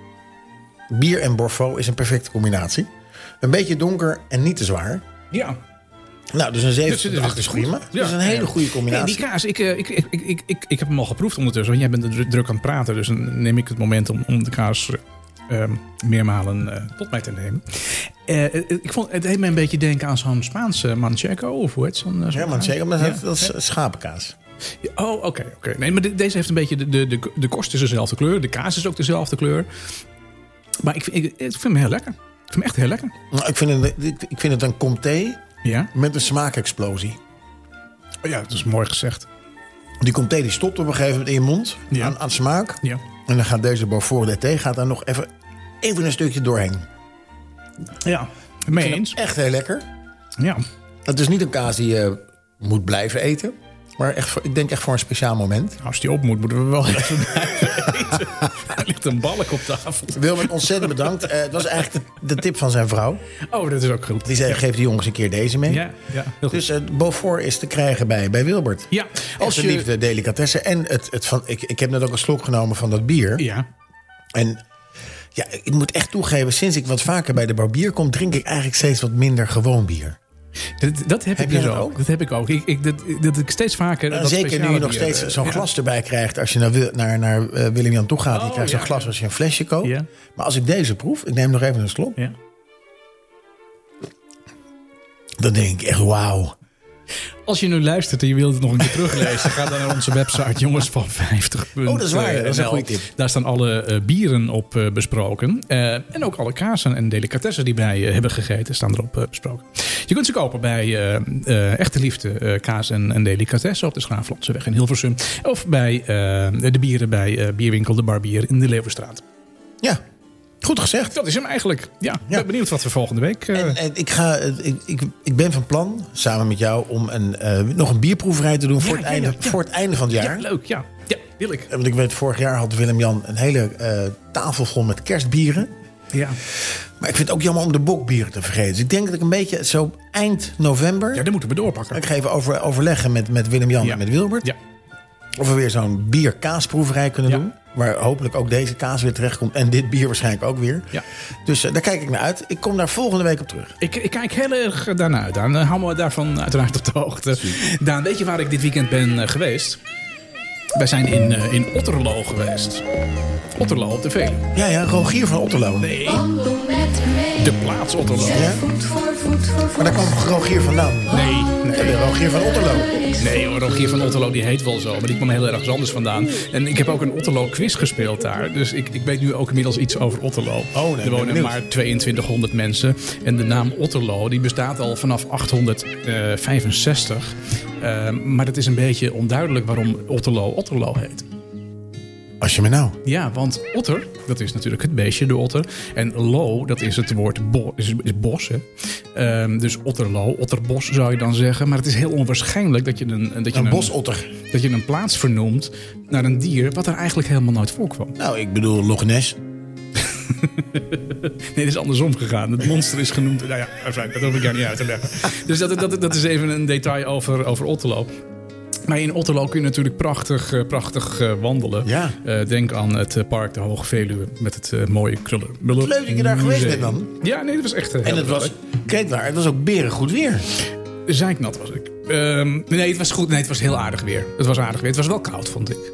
S2: bier en Beaufort is een perfecte combinatie. Een beetje donker en niet te zwaar.
S1: Ja.
S2: Nou, dus een zeven
S1: dus, dus,
S2: acht is prima.
S1: Ja.
S2: Dat is een hele goede combinatie.
S1: Hey, die kaas, ik, ik, ik, ik, ik, ik heb hem al geproefd ondertussen. Want jij bent er druk aan het praten. Dus dan neem ik het moment om, om de kaas uh, meermalen uh, tot mij te nemen. Uh, ik vond, het deed me een beetje denken aan zo'n Spaanse manchego. Of hoe heet zo'n, zo'n
S2: Ja, manchego, maar
S1: ja.
S2: dat is schapenkaas.
S1: Ja, oh, oké. Okay, okay. Nee, maar de, deze heeft een beetje... De, de, de, de korst is dezelfde kleur. De kaas is ook dezelfde kleur. Maar ik, ik, ik vind hem heel lekker. Ik vind hem echt heel lekker.
S2: Nou, ik, vind het, ik vind het een Comté...
S1: Ja?
S2: Met een smaakexplosie.
S1: Oh ja, dat is mooi gezegd.
S2: Die comté die stopt op een gegeven moment in je mond.
S1: Ja.
S2: Aan, aan smaak.
S1: Ja.
S2: En dan gaat deze Beaufort d'été gaat daar nog even, even een stukje doorheen.
S1: Ja, mee eens.
S2: Echt heel lekker.
S1: Ja.
S2: Het is niet een kaas die je moet blijven eten. Maar echt voor, ik denk echt voor een speciaal moment.
S1: Als die op moet, moeten we wel even blijven eten. Er ligt een balk op tafel.
S2: Wilmer, ontzettend bedankt. Uh, het was eigenlijk de, de tip van zijn vrouw.
S1: Oh, dat is ook goed.
S2: Die zei, geef die jongens een keer deze mee.
S1: Ja, ja, heel goed.
S2: Dus uh, Beaufort is te krijgen bij, bij Wilbert.
S1: Ja,
S2: als je liefde, delicatessen. En het, het van, ik, ik heb net ook een slok genomen van dat bier.
S1: Ja.
S2: En ja, ik moet echt toegeven, sinds ik wat vaker bij de barbier kom, drink ik eigenlijk steeds wat minder gewoon bier.
S1: Dat, dat heb,
S2: heb
S1: ik dus
S2: dat
S1: ook.
S2: ook.
S1: Dat heb ik ook. Ik, ik, dat, dat ik steeds vaker.
S2: Nou,
S1: dat
S2: zeker nu je nog
S1: bier,
S2: steeds zo'n
S1: ja.
S2: glas erbij krijgt als je naar, naar, naar uh, Willem-Jan toe gaat.
S1: Oh,
S2: je krijgt zo'n
S1: ja,
S2: glas
S1: ja.
S2: als je een flesje koopt.
S1: Ja.
S2: Maar als ik deze proef, ik neem nog even een slok.
S1: Ja.
S2: Dan denk ik echt wauw.
S1: Als je nu luistert en je wilt het nog een keer teruglezen, ga dan naar onze website jongens van vijftig punt n l.
S2: Oh, dat is waar, ja, dat is een goede tip.
S1: Daar staan alle uh, bieren op uh, besproken. Uh, en ook alle kazen en delicatessen die wij uh, hebben gegeten staan erop uh, besproken. Je kunt ze kopen bij uh, uh, Echte Liefde uh, kaas en, en delicatessen op de Schaaflandseweg in Hilversum. Of bij uh, de bieren bij uh, Bierwinkel De Barbier in de Leeuwenstraat.
S2: Ja. Goed gezegd.
S1: Dat is hem eigenlijk. Ja, ik
S2: Ja.
S1: ben benieuwd wat we volgende week... Uh...
S2: En, en ik, ga, ik, ik, ik ben van plan, samen met jou, om een, uh, nog een bierproeverij te doen voor,
S1: Ja,
S2: het
S1: ja,
S2: einde,
S1: ja, ja.
S2: voor het einde van het jaar.
S1: Ja, leuk. Ja, ja wil ik.
S2: Want ik weet, vorig jaar had Willem-Jan een hele uh, tafel vol met kerstbieren.
S1: Ja.
S2: Maar ik vind het ook jammer om de bokbieren te vergeten. Dus ik denk dat ik een beetje zo eind november...
S1: Ja, dat moeten we doorpakken.
S2: Ik ga even over, overleggen met, met Willem-Jan
S1: Ja.
S2: en met Wilbert.
S1: Ja.
S2: Of we weer zo'n bier-kaasproeverij kunnen
S1: Ja.
S2: doen. Waar hopelijk ook deze kaas weer terechtkomt. En dit bier waarschijnlijk ook weer.
S1: Ja.
S2: Dus uh, daar kijk ik naar uit. Ik kom daar volgende week op terug.
S1: Ik, ik kijk heel erg daarna uit. Dan uh, houden we daarvan uiteraard op de hoogte. Daan, weet je waar ik dit weekend ben uh, geweest? Wij zijn in, uh, in Otterlo geweest. Otterlo op de Veluwe.
S2: Ja, ja, Rogier van Otterlo.
S1: Nee, de plaats Otterlo.
S2: Ja? Maar daar kwam Rogier vandaan.
S1: Nee,
S2: Ja,
S1: nee.
S2: de Rogier van Otterlo.
S1: Nee hoor, Rogier van Otterlo die heet wel zo. Maar die kwam heel ergens anders vandaan. En ik heb ook een Otterlo quiz gespeeld daar. Dus ik, ik weet nu ook inmiddels iets over Otterlo.
S2: Oh, nee,
S1: er
S2: ben
S1: wonen
S2: benieuwd.
S1: maar tweeëntwintighonderd mensen. En de naam Otterlo die bestaat al vanaf achthonderdvijfenzestig. Uh, maar het is een beetje onduidelijk waarom Otterlo Otterlo heet.
S2: Als je me nou.
S1: Ja, want otter, dat is natuurlijk het beestje, de otter. En lo, dat is het woord bo, is, is bos. Hè? Um, dus otterlo, otterbos zou je dan zeggen. Maar het is heel onwaarschijnlijk dat je een, dat je
S2: Een
S1: een,
S2: bosotter.
S1: dat je een plaats vernoemt naar een dier wat er eigenlijk helemaal nooit voorkwam.
S2: Nou, ik bedoel Loch Ness.
S1: Nee, het is andersom gegaan. Het monster is genoemd. Nou ja, fijn, dat hoef ik jou niet uit te leggen. Dus dat, dat, dat is even een detail over, over Otterlo. Maar in Otterlo kun je natuurlijk prachtig, uh, prachtig uh, wandelen.
S2: Ja.
S1: Uh, denk aan het uh, park de Hoge Veluwe met het uh, mooie krullen.
S2: Leuk dat je daar geweest bent dan.
S1: Ja, nee, dat was echt uh, heel
S2: En het
S1: leuk.
S2: was, kijk daar, het was ook berengoed weer.
S1: Zeiknat was ik. Um, nee, het was goed. Nee, het was heel aardig weer. Het was aardig weer. Het was wel koud, vond ik.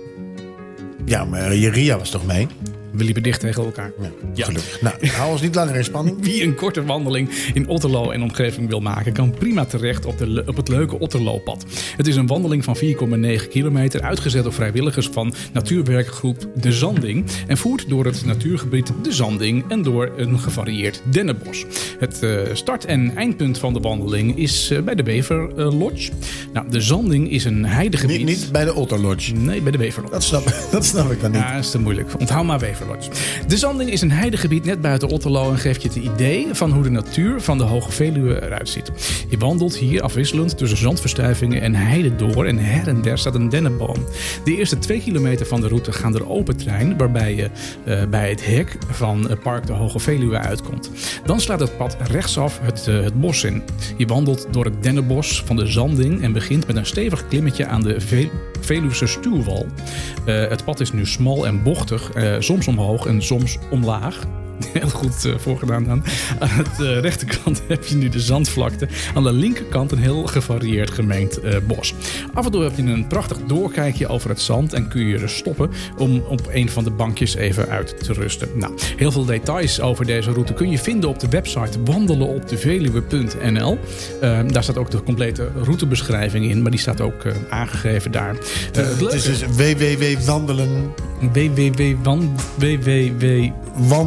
S2: Ja, maar je Ria was toch mee?
S1: We liepen dicht tegen elkaar.
S2: Ja,
S1: Ja.
S2: gelukkig. Nou, hou ons niet langer in spanning.
S1: Wie een korte wandeling in Otterlo en omgeving wil maken, kan prima terecht op, de, op het leuke Otterlo-pad. Het is een wandeling van vier komma negen kilometer, uitgezet door vrijwilligers van natuurwerkgroep De Zanding en voert door het natuurgebied De Zanding en door een gevarieerd dennenbos. Het uh, start- en eindpunt van de wandeling is uh, bij de Wever uh, Lodge. Nou, De Zanding is een heidegebied.
S2: Niet, niet bij de Otter Lodge.
S1: Nee, bij de Wever Lodge.
S2: Dat snap, dat snap ik dan niet.
S1: Ja, dat is te moeilijk. Onthoud maar Wever Lodge. De Zanding is een heidegebied net buiten Otterlo en geeft je het idee van hoe de natuur van de Hoge Veluwe eruit ziet. Je wandelt hier afwisselend tussen zandverstuivingen en heide door en her en der staat een dennenboom. De eerste twee kilometer van de route gaan door open trein, waarbij je uh, bij het hek van het park de Hoge Veluwe uitkomt. Dan slaat het pad rechtsaf het, uh, het bos in. Je wandelt door het dennenbos van de Zanding en begint met een stevig klimmetje aan de Ve- Veluwse stuwwal. Uh, het pad is nu smal en bochtig, uh, soms omhoog en soms omlaag. Heel goed uh, voorgedaan dan. Aan de uh, rechterkant heb je nu de zandvlakte. Aan de linkerkant een heel gevarieerd gemengd uh, bos. Af en toe heb je een prachtig doorkijkje over het zand en kun je er stoppen om op een van de bankjes even uit te rusten. Nou, heel veel details over deze route kun je vinden op de website wandelen op de veluwe punt n l. Uh, daar staat ook de complete routebeschrijving in, maar die staat ook uh, aangegeven daar. Uh, het
S2: Het is dus w w w wandelen.
S1: www. Wandelen.
S2: Wandelen.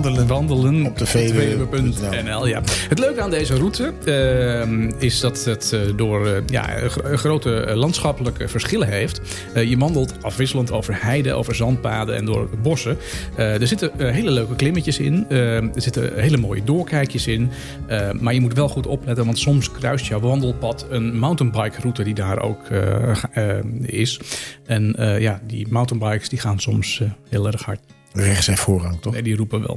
S1: wandelen
S2: op de Veluwe
S1: punt n l. Ja. Het leuke aan deze route uh, is dat het uh, door uh, ja, g- grote landschappelijke verschillen heeft. Uh, je wandelt afwisselend over heide, over zandpaden en door bossen. Uh, er zitten uh, hele leuke klimmetjes in. Uh, er zitten hele mooie doorkijkjes in. Uh, maar je moet wel goed opletten, want soms kruist jouw wandelpad een mountainbike route die daar ook uh, uh, is. En uh, ja, die mountainbikes die gaan soms uh, heel erg hard.
S2: Rechts en voorrang, toch?
S1: Nee, die roepen wel.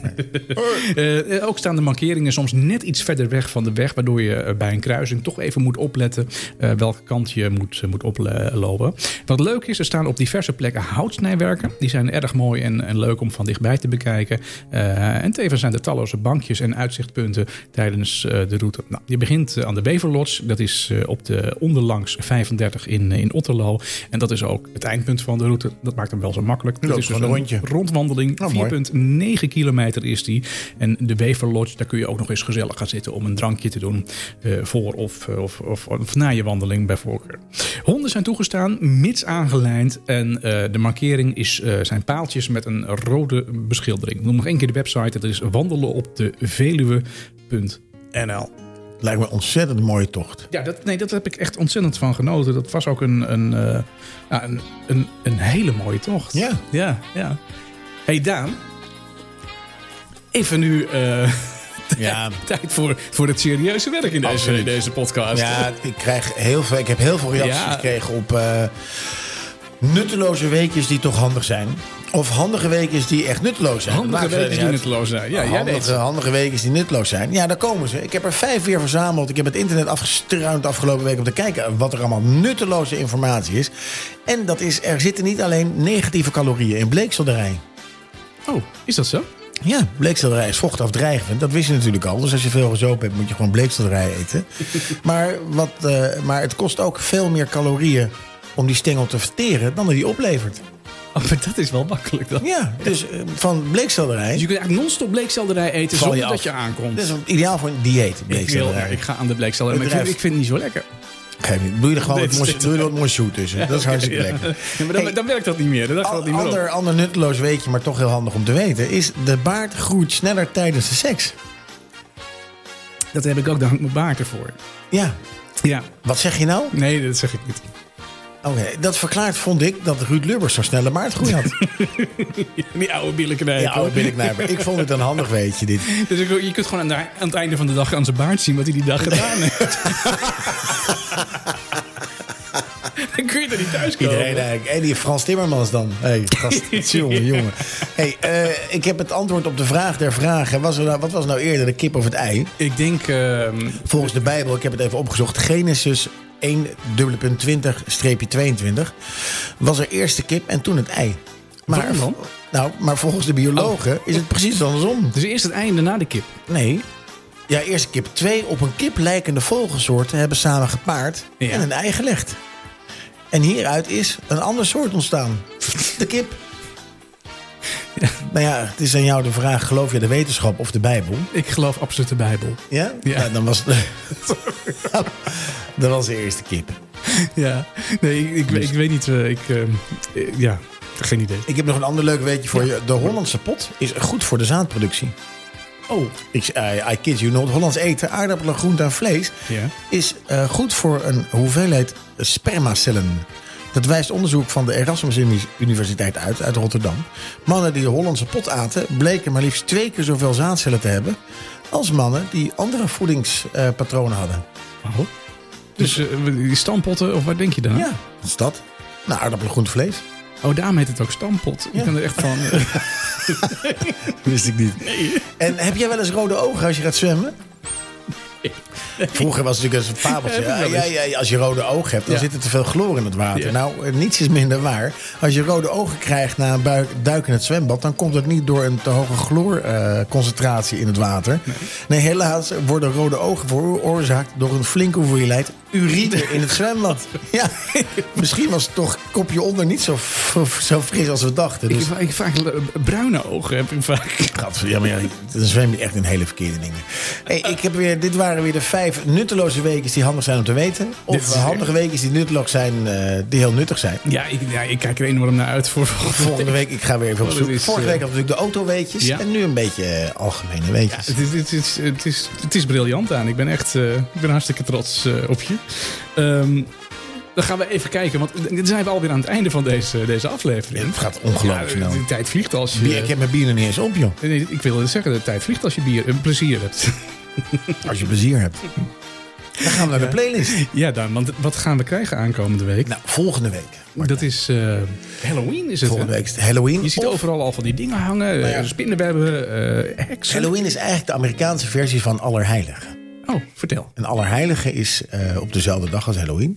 S1: uh, ook staan de markeringen soms net iets verder weg van de weg, waardoor je bij een kruising toch even moet opletten uh, welke kant je moet, uh, moet oplopen. Wat leuk is, er staan op diverse plekken houtsnijwerken. Die zijn erg mooi en, en leuk om van dichtbij te bekijken. Uh, en tevens zijn er talloze bankjes en uitzichtpunten tijdens uh, de route. Nou, je begint uh, aan de Bever Lodge. Dat is uh, op de onderlangs vijfendertig in, in Otterlo. En dat is ook het eindpunt van de route. Dat maakt hem wel zo makkelijk.
S2: Dat is dus een rondje.
S1: Rondwandeling.
S2: Oh,
S1: vier komma negen kilometer is die. En de Bever Lodge, daar kun je ook nog eens gezellig gaan zitten om een drankje te doen. Uh, voor of, of, of, of na je wandeling bij voorkeur. Honden zijn toegestaan, mits aangelijnd. En uh, de markering is, uh, zijn paaltjes met een rode beschildering. Ik noem nog één keer de website. Dat is wandelen op de veluwe punt n l.
S2: Lijkt me een ontzettend mooie tocht.
S1: Ja, dat, nee, dat heb ik echt ontzettend van genoten. Dat was ook een, een, uh, ja, een, een, een hele mooie tocht.
S2: Ja.
S1: Ja, ja. Hey Daan, even nu uh,
S2: ja.
S1: tijd voor, voor het serieuze werk in deze, in deze podcast.
S2: Ja, ik, krijg heel veel, ik heb heel veel reacties ja. gekregen op uh, nutteloze weekjes die toch handig zijn. Of handige weekjes die echt nutteloos zijn.
S1: Handige weekjes die nutteloos zijn. Ja,
S2: handige,
S1: jij weet.
S2: handige weekjes die nutteloos zijn. Ja, daar komen ze. Ik heb er vijf weer verzameld. Ik heb het internet afgestruind afgelopen week om te kijken wat er allemaal nutteloze informatie is. En dat is, er zitten niet alleen negatieve calorieën in bleekselderij.
S1: Oh, is dat zo?
S2: Ja, bleekselderij is vochtafdrijvend. Dat wist je natuurlijk al. Dus als je veel gezopen hebt, moet je gewoon bleekselderij eten. maar, wat, uh, maar het kost ook veel meer calorieën om die stengel te verteren dan dat die oplevert.
S1: Oh, maar dat is wel makkelijk dan.
S2: Ja, dus uh, van bleekselderij.
S1: Dus je kunt eigenlijk non-stop bleekselderij eten zonder je dat je aankomt.
S2: Dat is ideaal voor een dieet, bleekselderij.
S1: Ik, wil, ik ga aan de bleekselderij, maar ik vind, ik vind het niet zo lekker.
S2: Geef niet. Doe je er gewoon wat mos, doe je er wat mosjoe tussen. Ja, dat is hartstikke
S1: ja.
S2: lekker.
S1: Ja, maar dan, hey, dan werkt dat niet meer. Dan
S2: al,
S1: niet meer
S2: ander, ander nutteloos weetje, maar toch heel handig om te weten, is de baard groeit sneller tijdens de seks.
S1: Dat heb ik ook, daar hangt mijn baard ervoor.
S2: Ja.
S1: Ja.
S2: Wat zeg je nou?
S1: Nee, dat zeg ik niet.
S2: Oké, okay, dat verklaart, vond ik, dat Ruud Lubbers zo snelle baardgroei had.
S1: Die oude billenknijper.
S2: Ja, oude billenknijper. Ik vond het een handig weetje, dit.
S1: Dus ik, je kunt gewoon aan, de, aan het einde van de dag aan zijn baard zien wat hij die dag gedaan heeft. Dan kun je er niet thuis komen.
S2: Iedereen eigenlijk. En die Frans Timmermans dan. Hey, gast, jongen, jongen. Hey, uh, ik heb het antwoord op de vraag der vragen. Was er nou, wat was nou eerder, de kip of het ei?
S1: Ik denk... Uh,
S2: Volgens de Bijbel, ik heb het even opgezocht. Genesis één twintig tweeëntwintig was er eerst de kip en toen het ei. Maar,
S1: dan?
S2: Nou, maar volgens de biologen oh. is het precies andersom.
S1: Dus eerst het ei en daarna de kip?
S2: Nee. Ja, eerst de kip. Twee op een kip lijkende vogelsoorten hebben samen gepaard ja. en een ei gelegd. En hieruit is een ander soort ontstaan. De kip. Ja. Nou ja, het is aan jou de vraag, geloof je de wetenschap of de Bijbel?
S1: Ik geloof absoluut de Bijbel.
S2: Ja? Ja. Nou, dan was het... dat was de eerste kip.
S1: Ja, nee, ik, ik, dus. ik weet niet. Uh, ik, uh, ja, geen idee.
S2: Ik heb nog een ander leuk weetje voor ja. je. De Hollandse pot is goed voor de zaadproductie.
S1: Oh.
S2: Ik, I, I kid you not. Hollands eten, aardappelen, groente en vlees... Ja. is uh, goed voor een hoeveelheid spermacellen. Dat wijst onderzoek van de Erasmus Universiteit uit, uit Rotterdam. Mannen die de Hollandse pot aten, bleken maar liefst twee keer zoveel zaadcellen te hebben als mannen die andere voedingspatronen uh, hadden.
S1: Oh. Dus uh, die stampotten, of waar denk je dan?
S2: Ja, wat is dat? Nou, aardappelen, groente, vlees.
S1: Oh, daarom heet het ook stampot. Ja. Je kan er echt van...
S2: Wist ik niet.
S1: Nee.
S2: En heb jij wel eens rode ogen als je gaat zwemmen?
S1: Nee.
S2: Vroeger was het natuurlijk een fabeltje. Ja, ja, ja, ja, als je rode ogen hebt, dan ja. zit er te veel chloor in het water. Ja. Nou, niets is minder waar. Als je rode ogen krijgt na een duik in het zwembad, dan komt het niet door een te hoge chloorconcentratie uh, in het water. Nee. nee, helaas worden rode ogen veroorzaakt door een flinke hoeveelheid urine in het zwembad. Ja, misschien was het toch kopje onder niet zo, zo fris als we dachten. Dus...
S1: Ik, heb, ik heb vaak bruine ogen. Heb ik vaak.
S2: Gadver, ja, maar ja, dan zwem je echt in hele verkeerde dingen. Hey, ik heb weer, dit waren weer de vijf nutteloze weken die handig zijn om te weten. Of handige weken die nutteloos zijn, uh, die heel nuttig zijn.
S1: Ja ik, ja, ik kijk er enorm naar uit voor volgende,
S2: volgende week. Ik ga weer even op zoek.
S1: Is,
S2: Vorige week hadden we natuurlijk de autoweetjes. Ja. En nu een beetje uh, algemene weetjes.
S1: Ja, het, is, het, is, het, is, het is briljant aan. Ik ben echt uh, ik ben hartstikke trots uh, op je. Um, dan gaan we even kijken, want dan zijn we alweer aan het einde van deze, deze aflevering.
S2: Ja, het gaat ongelooflijk snel.
S1: Ja, de tijd vliegt als je...
S2: Bier, ik heb mijn bier nog niet eens op, joh.
S1: Nee, ik wilde zeggen, de tijd vliegt als je bier, een plezier hebt.
S2: Als je plezier hebt. Dan gaan we naar de playlist.
S1: Ja, dan, want wat gaan we krijgen aankomende week?
S2: Nou, volgende week.
S1: Dat is uh, Halloween, is het?
S2: Volgende week is het Halloween.
S1: Je ziet
S2: of...
S1: overal al van die dingen hangen, nou ja. spinnenwebben, uh, heksen.
S2: Halloween is eigenlijk de Amerikaanse versie van Allerheiligen.
S1: Oh, vertel.
S2: En Allerheiligen is uh, op dezelfde dag als Halloween.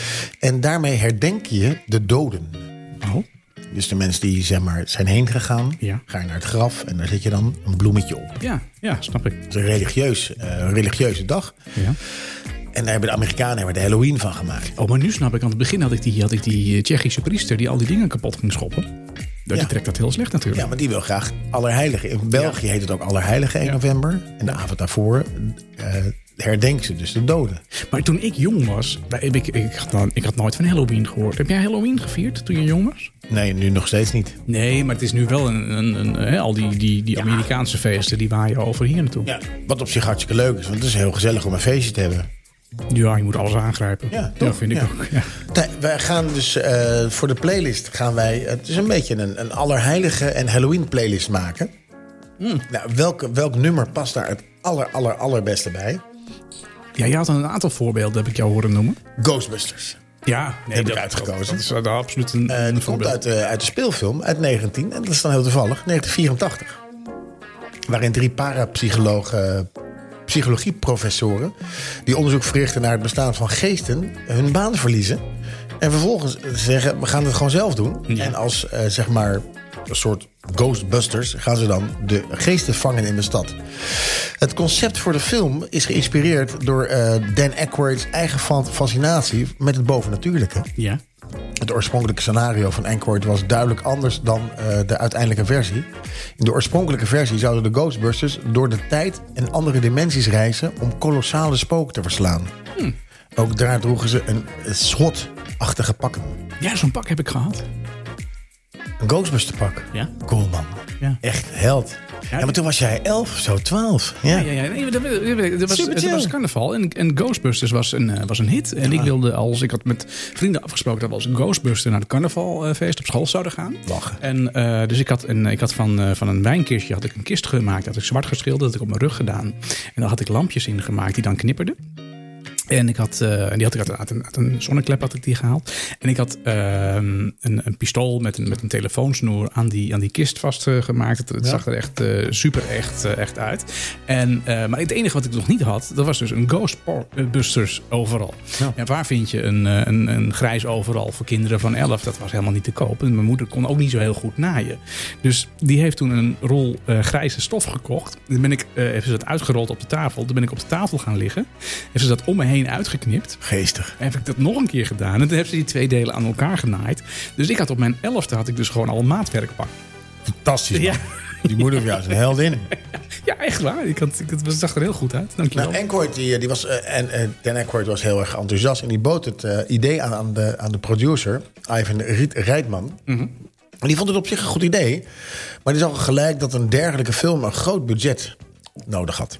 S2: En daarmee herdenk je de doden.
S1: Oh.
S2: Dus de mensen die zeg maar, zijn heen gegaan,
S1: ja.
S2: ga je naar het graf en daar zet je dan een bloemetje op.
S1: Ja, ja, snap ik.
S2: Het is een religieus, uh, religieuze dag.
S1: Ja.
S2: En daar hebben de Amerikanen er de Halloween van gemaakt.
S1: Oh, maar nu snap ik. Aan het begin had ik die, had ik die Tsjechische priester die al die dingen kapot ging schoppen. Die ja. trekt dat heel slecht natuurlijk.
S2: Ja, maar die wil graag Allerheiligen. In België ja. heet het ook Allerheiligen één november. En de avond daarvoor uh, herdenken ze dus de doden.
S1: Maar toen ik jong was, ik, ik, ik, had, ik had nooit van Halloween gehoord. Heb jij Halloween gevierd toen je jong was?
S2: Nee, nu nog steeds niet.
S1: Nee, maar het is nu wel een... een, een hè, al die, die, die Amerikaanse ja. feesten, die waaien over hier naartoe.
S2: Ja, wat op zich hartstikke leuk is. Want het is heel gezellig om een feestje te hebben.
S1: Ja, je moet alles aangrijpen.
S2: Ja,
S1: dat vind ik
S2: ja.
S1: ook. Ja.
S2: Wij gaan dus uh, voor de playlist gaan wij... Het is een beetje een, een Allerheilige en Halloween playlist maken. Mm. Nou, welk, welk nummer past daar het aller, aller, allerbeste bij?
S1: Ja, je had een aantal voorbeelden, heb ik jou horen noemen.
S2: Ghostbusters.
S1: Ja, nee,
S2: heb
S1: dat,
S2: ik uitgekozen.
S1: Dat, dat is uh, absoluut een,
S2: uh,
S1: een
S2: dat komt uit, uh, uit de speelfilm uit negentien, en dat is dan heel toevallig, negentien vierentachtig. Waarin drie parapsychologen, psychologieprofessoren, die onderzoek verrichten naar het bestaan van geesten, hun baan verliezen. En vervolgens zeggen, we gaan het gewoon zelf doen. Ja. En als, uh, zeg maar, een soort Ghostbusters gaan ze dan de geesten vangen in de stad. Het concept voor de film is geïnspireerd door uh, Dan Aykroyd's eigen fascinatie met het bovennatuurlijke.
S1: Ja.
S2: Het oorspronkelijke scenario van Aykroyd was duidelijk anders dan uh, de uiteindelijke versie. In de oorspronkelijke versie zouden de Ghostbusters door de tijd en andere dimensies reizen om kolossale spoken te verslaan. Hmm. Ook daar droegen ze een SWAT-achtige pakken.
S1: Ja, zo'n pak heb ik gehad.
S2: Een Ghostbuster pak?
S1: Ja.
S2: Cool, man. Ja. Echt held. Ja, ja, maar toen was jij elf of zo, twaalf. Ja,
S1: ja, ja. Nee, dat, dat, was, dat was carnaval. En, en Ghostbusters was een, uh, was een hit. En ja. ik wilde als... Ik had met vrienden afgesproken dat we als Ghostbuster naar het carnavalfeest op school zouden gaan.
S2: Lachen.
S1: En uh, dus ik had, een, ik had van, uh, van een wijnkistje had ik een kist gemaakt. Dat had ik zwart geschilderd. Dat had ik op mijn rug gedaan. En daar had ik lampjes in gemaakt die dan knipperden. En ik had, uh, die had ik uit, uit, een, uit een zonneklep had ik die gehaald. En ik had uh, een, een pistool met een, met een telefoonsnoer aan die, aan die kist vastgemaakt. Het, het ja. zag er echt uh, super echt, uh, echt uit. En, uh, maar het enige wat ik nog niet had, dat was dus een Ghostbusters overal. Ja. En waar vind je een, een, een grijs overal voor kinderen van elf? Dat was helemaal niet te koop. En mijn moeder kon ook niet zo heel goed naaien. Dus die heeft toen een rol uh, grijze stof gekocht. Dan ben ik, uh, heeft ze dat uitgerold op de tafel. Toen ben ik op de tafel gaan liggen. Heeft ze dat om me heen uitgeknipt.
S2: Geestig.
S1: En heb ik dat nog een keer gedaan. En toen hebben ze die twee delen aan elkaar genaaid. Dus ik had op mijn elfde had ik dus gewoon al een maatwerkpak.
S2: Fantastisch, man.
S1: Ja.
S2: Die moeder van jou is een heldin.
S1: Ja, echt waar. Ik had, ik, het zag er heel goed uit. Dankjewel.
S2: Nou, Aykroyd, die, die was, uh, en, uh, Dan Aykroyd was heel erg enthousiast. En die bood het uh, idee aan, aan, de, aan de producer, Ivan Reitman. Mm-hmm. En die vond het op zich een goed idee. Maar die zag gelijk dat een dergelijke film een groot budget nodig had.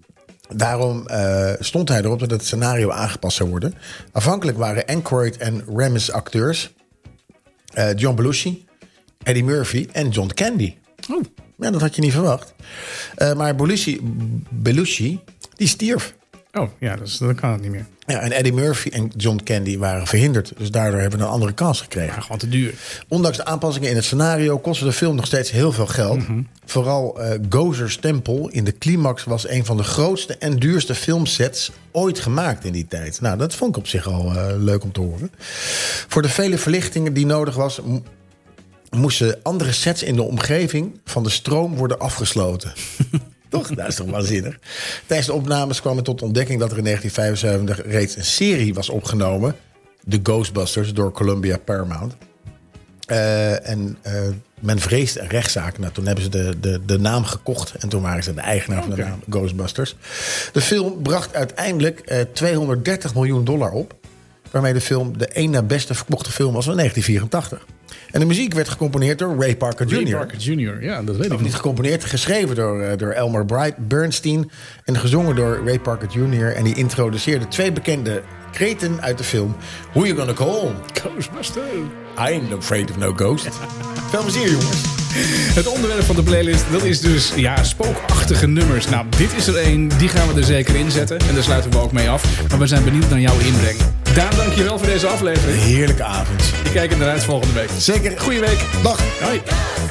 S2: Daarom uh, stond hij erop dat het scenario aangepast zou worden. Afhankelijk waren Aykroyd en Ramis acteurs. Uh, John Belushi, Eddie Murphy en John Candy.
S1: Oh.
S2: Ja, dat had je niet verwacht. Uh, maar Belushi, Belushi, die stierf.
S1: Oh, ja, dus, dan kan het niet meer.
S2: Ja, en Eddie Murphy en John Candy waren verhinderd. Dus daardoor hebben we een andere cast gekregen.
S1: Ja, gewoon te duur.
S2: Ondanks de aanpassingen in het scenario kostte de film nog steeds heel veel geld. Mm-hmm. Vooral uh, Gozer's Tempel in de climax was een van de grootste en duurste filmsets ooit gemaakt in die tijd. Nou, dat vond ik op zich al uh, leuk om te horen. Voor de vele verlichtingen die nodig was, m- moesten andere sets in de omgeving van de stroom worden afgesloten. Toch? Dat is toch waanzinnig. Tijdens de opnames kwam het tot ontdekking dat er in negentien vijfenzeventig reeds een serie was opgenomen. The Ghostbusters door Columbia Paramount. Uh, en uh, men vreesde een rechtszaak. Nou, toen hebben ze de, de, de naam gekocht. En toen waren ze de eigenaar okay. van de naam Ghostbusters. De film bracht uiteindelijk uh, tweehonderddertig miljoen dollar op. Waarmee de film de één na beste verkochte film was van negentien vierentachtig. En de muziek werd gecomponeerd door Ray Parker junior
S1: Ray Parker junior, ja, dat weet ik
S2: Of niet gecomponeerd, geschreven door, uh, door Elmer Bright, Bernstein. En gezongen door Ray Parker junior En die introduceerde twee bekende kreten uit de film. Who you gonna call?
S1: Ghostbusters.
S2: I ain't afraid of no ghost. Veel plezier, jongens.
S1: Het onderwerp van de playlist, dat is dus ja, spookachtige nummers. Nou, dit is er één, die gaan we er zeker in zetten. En daar sluiten we ook mee af. Maar we zijn benieuwd naar jouw inbreng. Daan, dankjewel voor deze aflevering.
S2: Een heerlijke avond.
S1: Ik kijk er naar uit volgende week.
S2: Zeker.
S1: Goeie week.
S2: Dag.
S1: Hoi.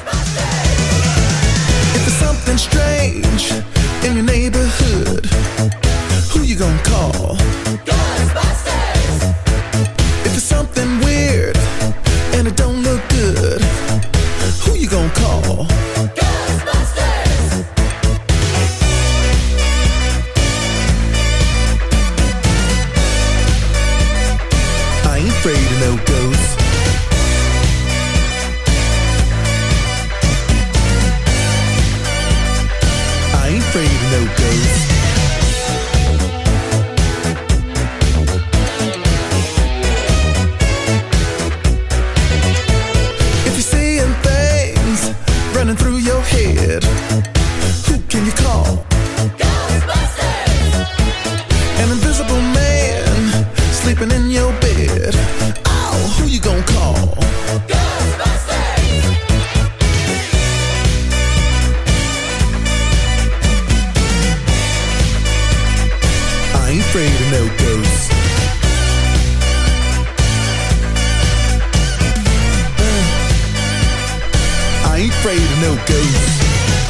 S3: If there's something strange in your neighborhood, who you gonna call? Ghostbusters! If there's something weird and it don't look good, who you gonna call? Ghostbusters! I ain't afraid of no ghosts. I ain't afraid of no ghosts. If you're seeing things running through your head, who can you call? Ghostbusters! An invisible man sleeping in your bed. Oh, who you gonna call? Ghostbusters! I ain't afraid of no ghosts. Uh, I ain't afraid of no ghosts.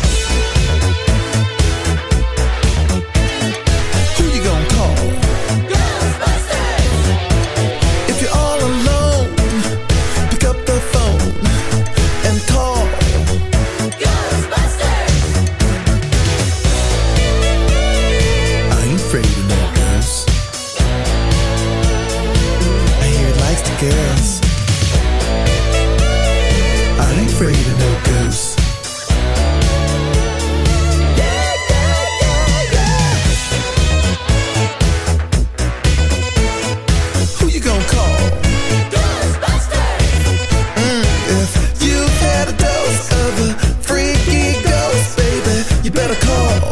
S3: Who you gonna call? Ghostbusters! If you're all alone, pick up the phone and call. Ghostbusters! I ain't afraid of no ghosts. I hear it likes the girls. I ain't afraid of no ghosts. Yeah, yeah, yeah, yeah. Who you gonna call? Ghostbusters! Mm, if you've had a dose of a freaky ghost, baby, you better call.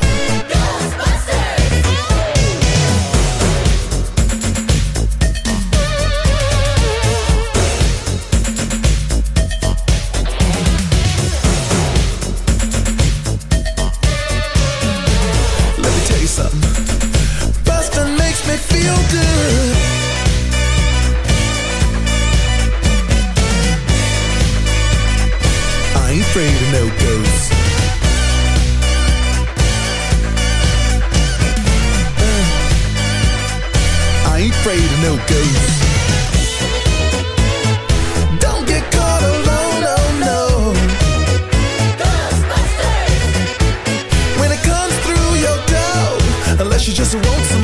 S3: Bustin' makes me feel good. I ain't afraid of no ghosts. Uh, I ain't afraid of no ghosts. Don't get caught alone, oh no. Ghostbusters! When it comes through your door, unless you just won't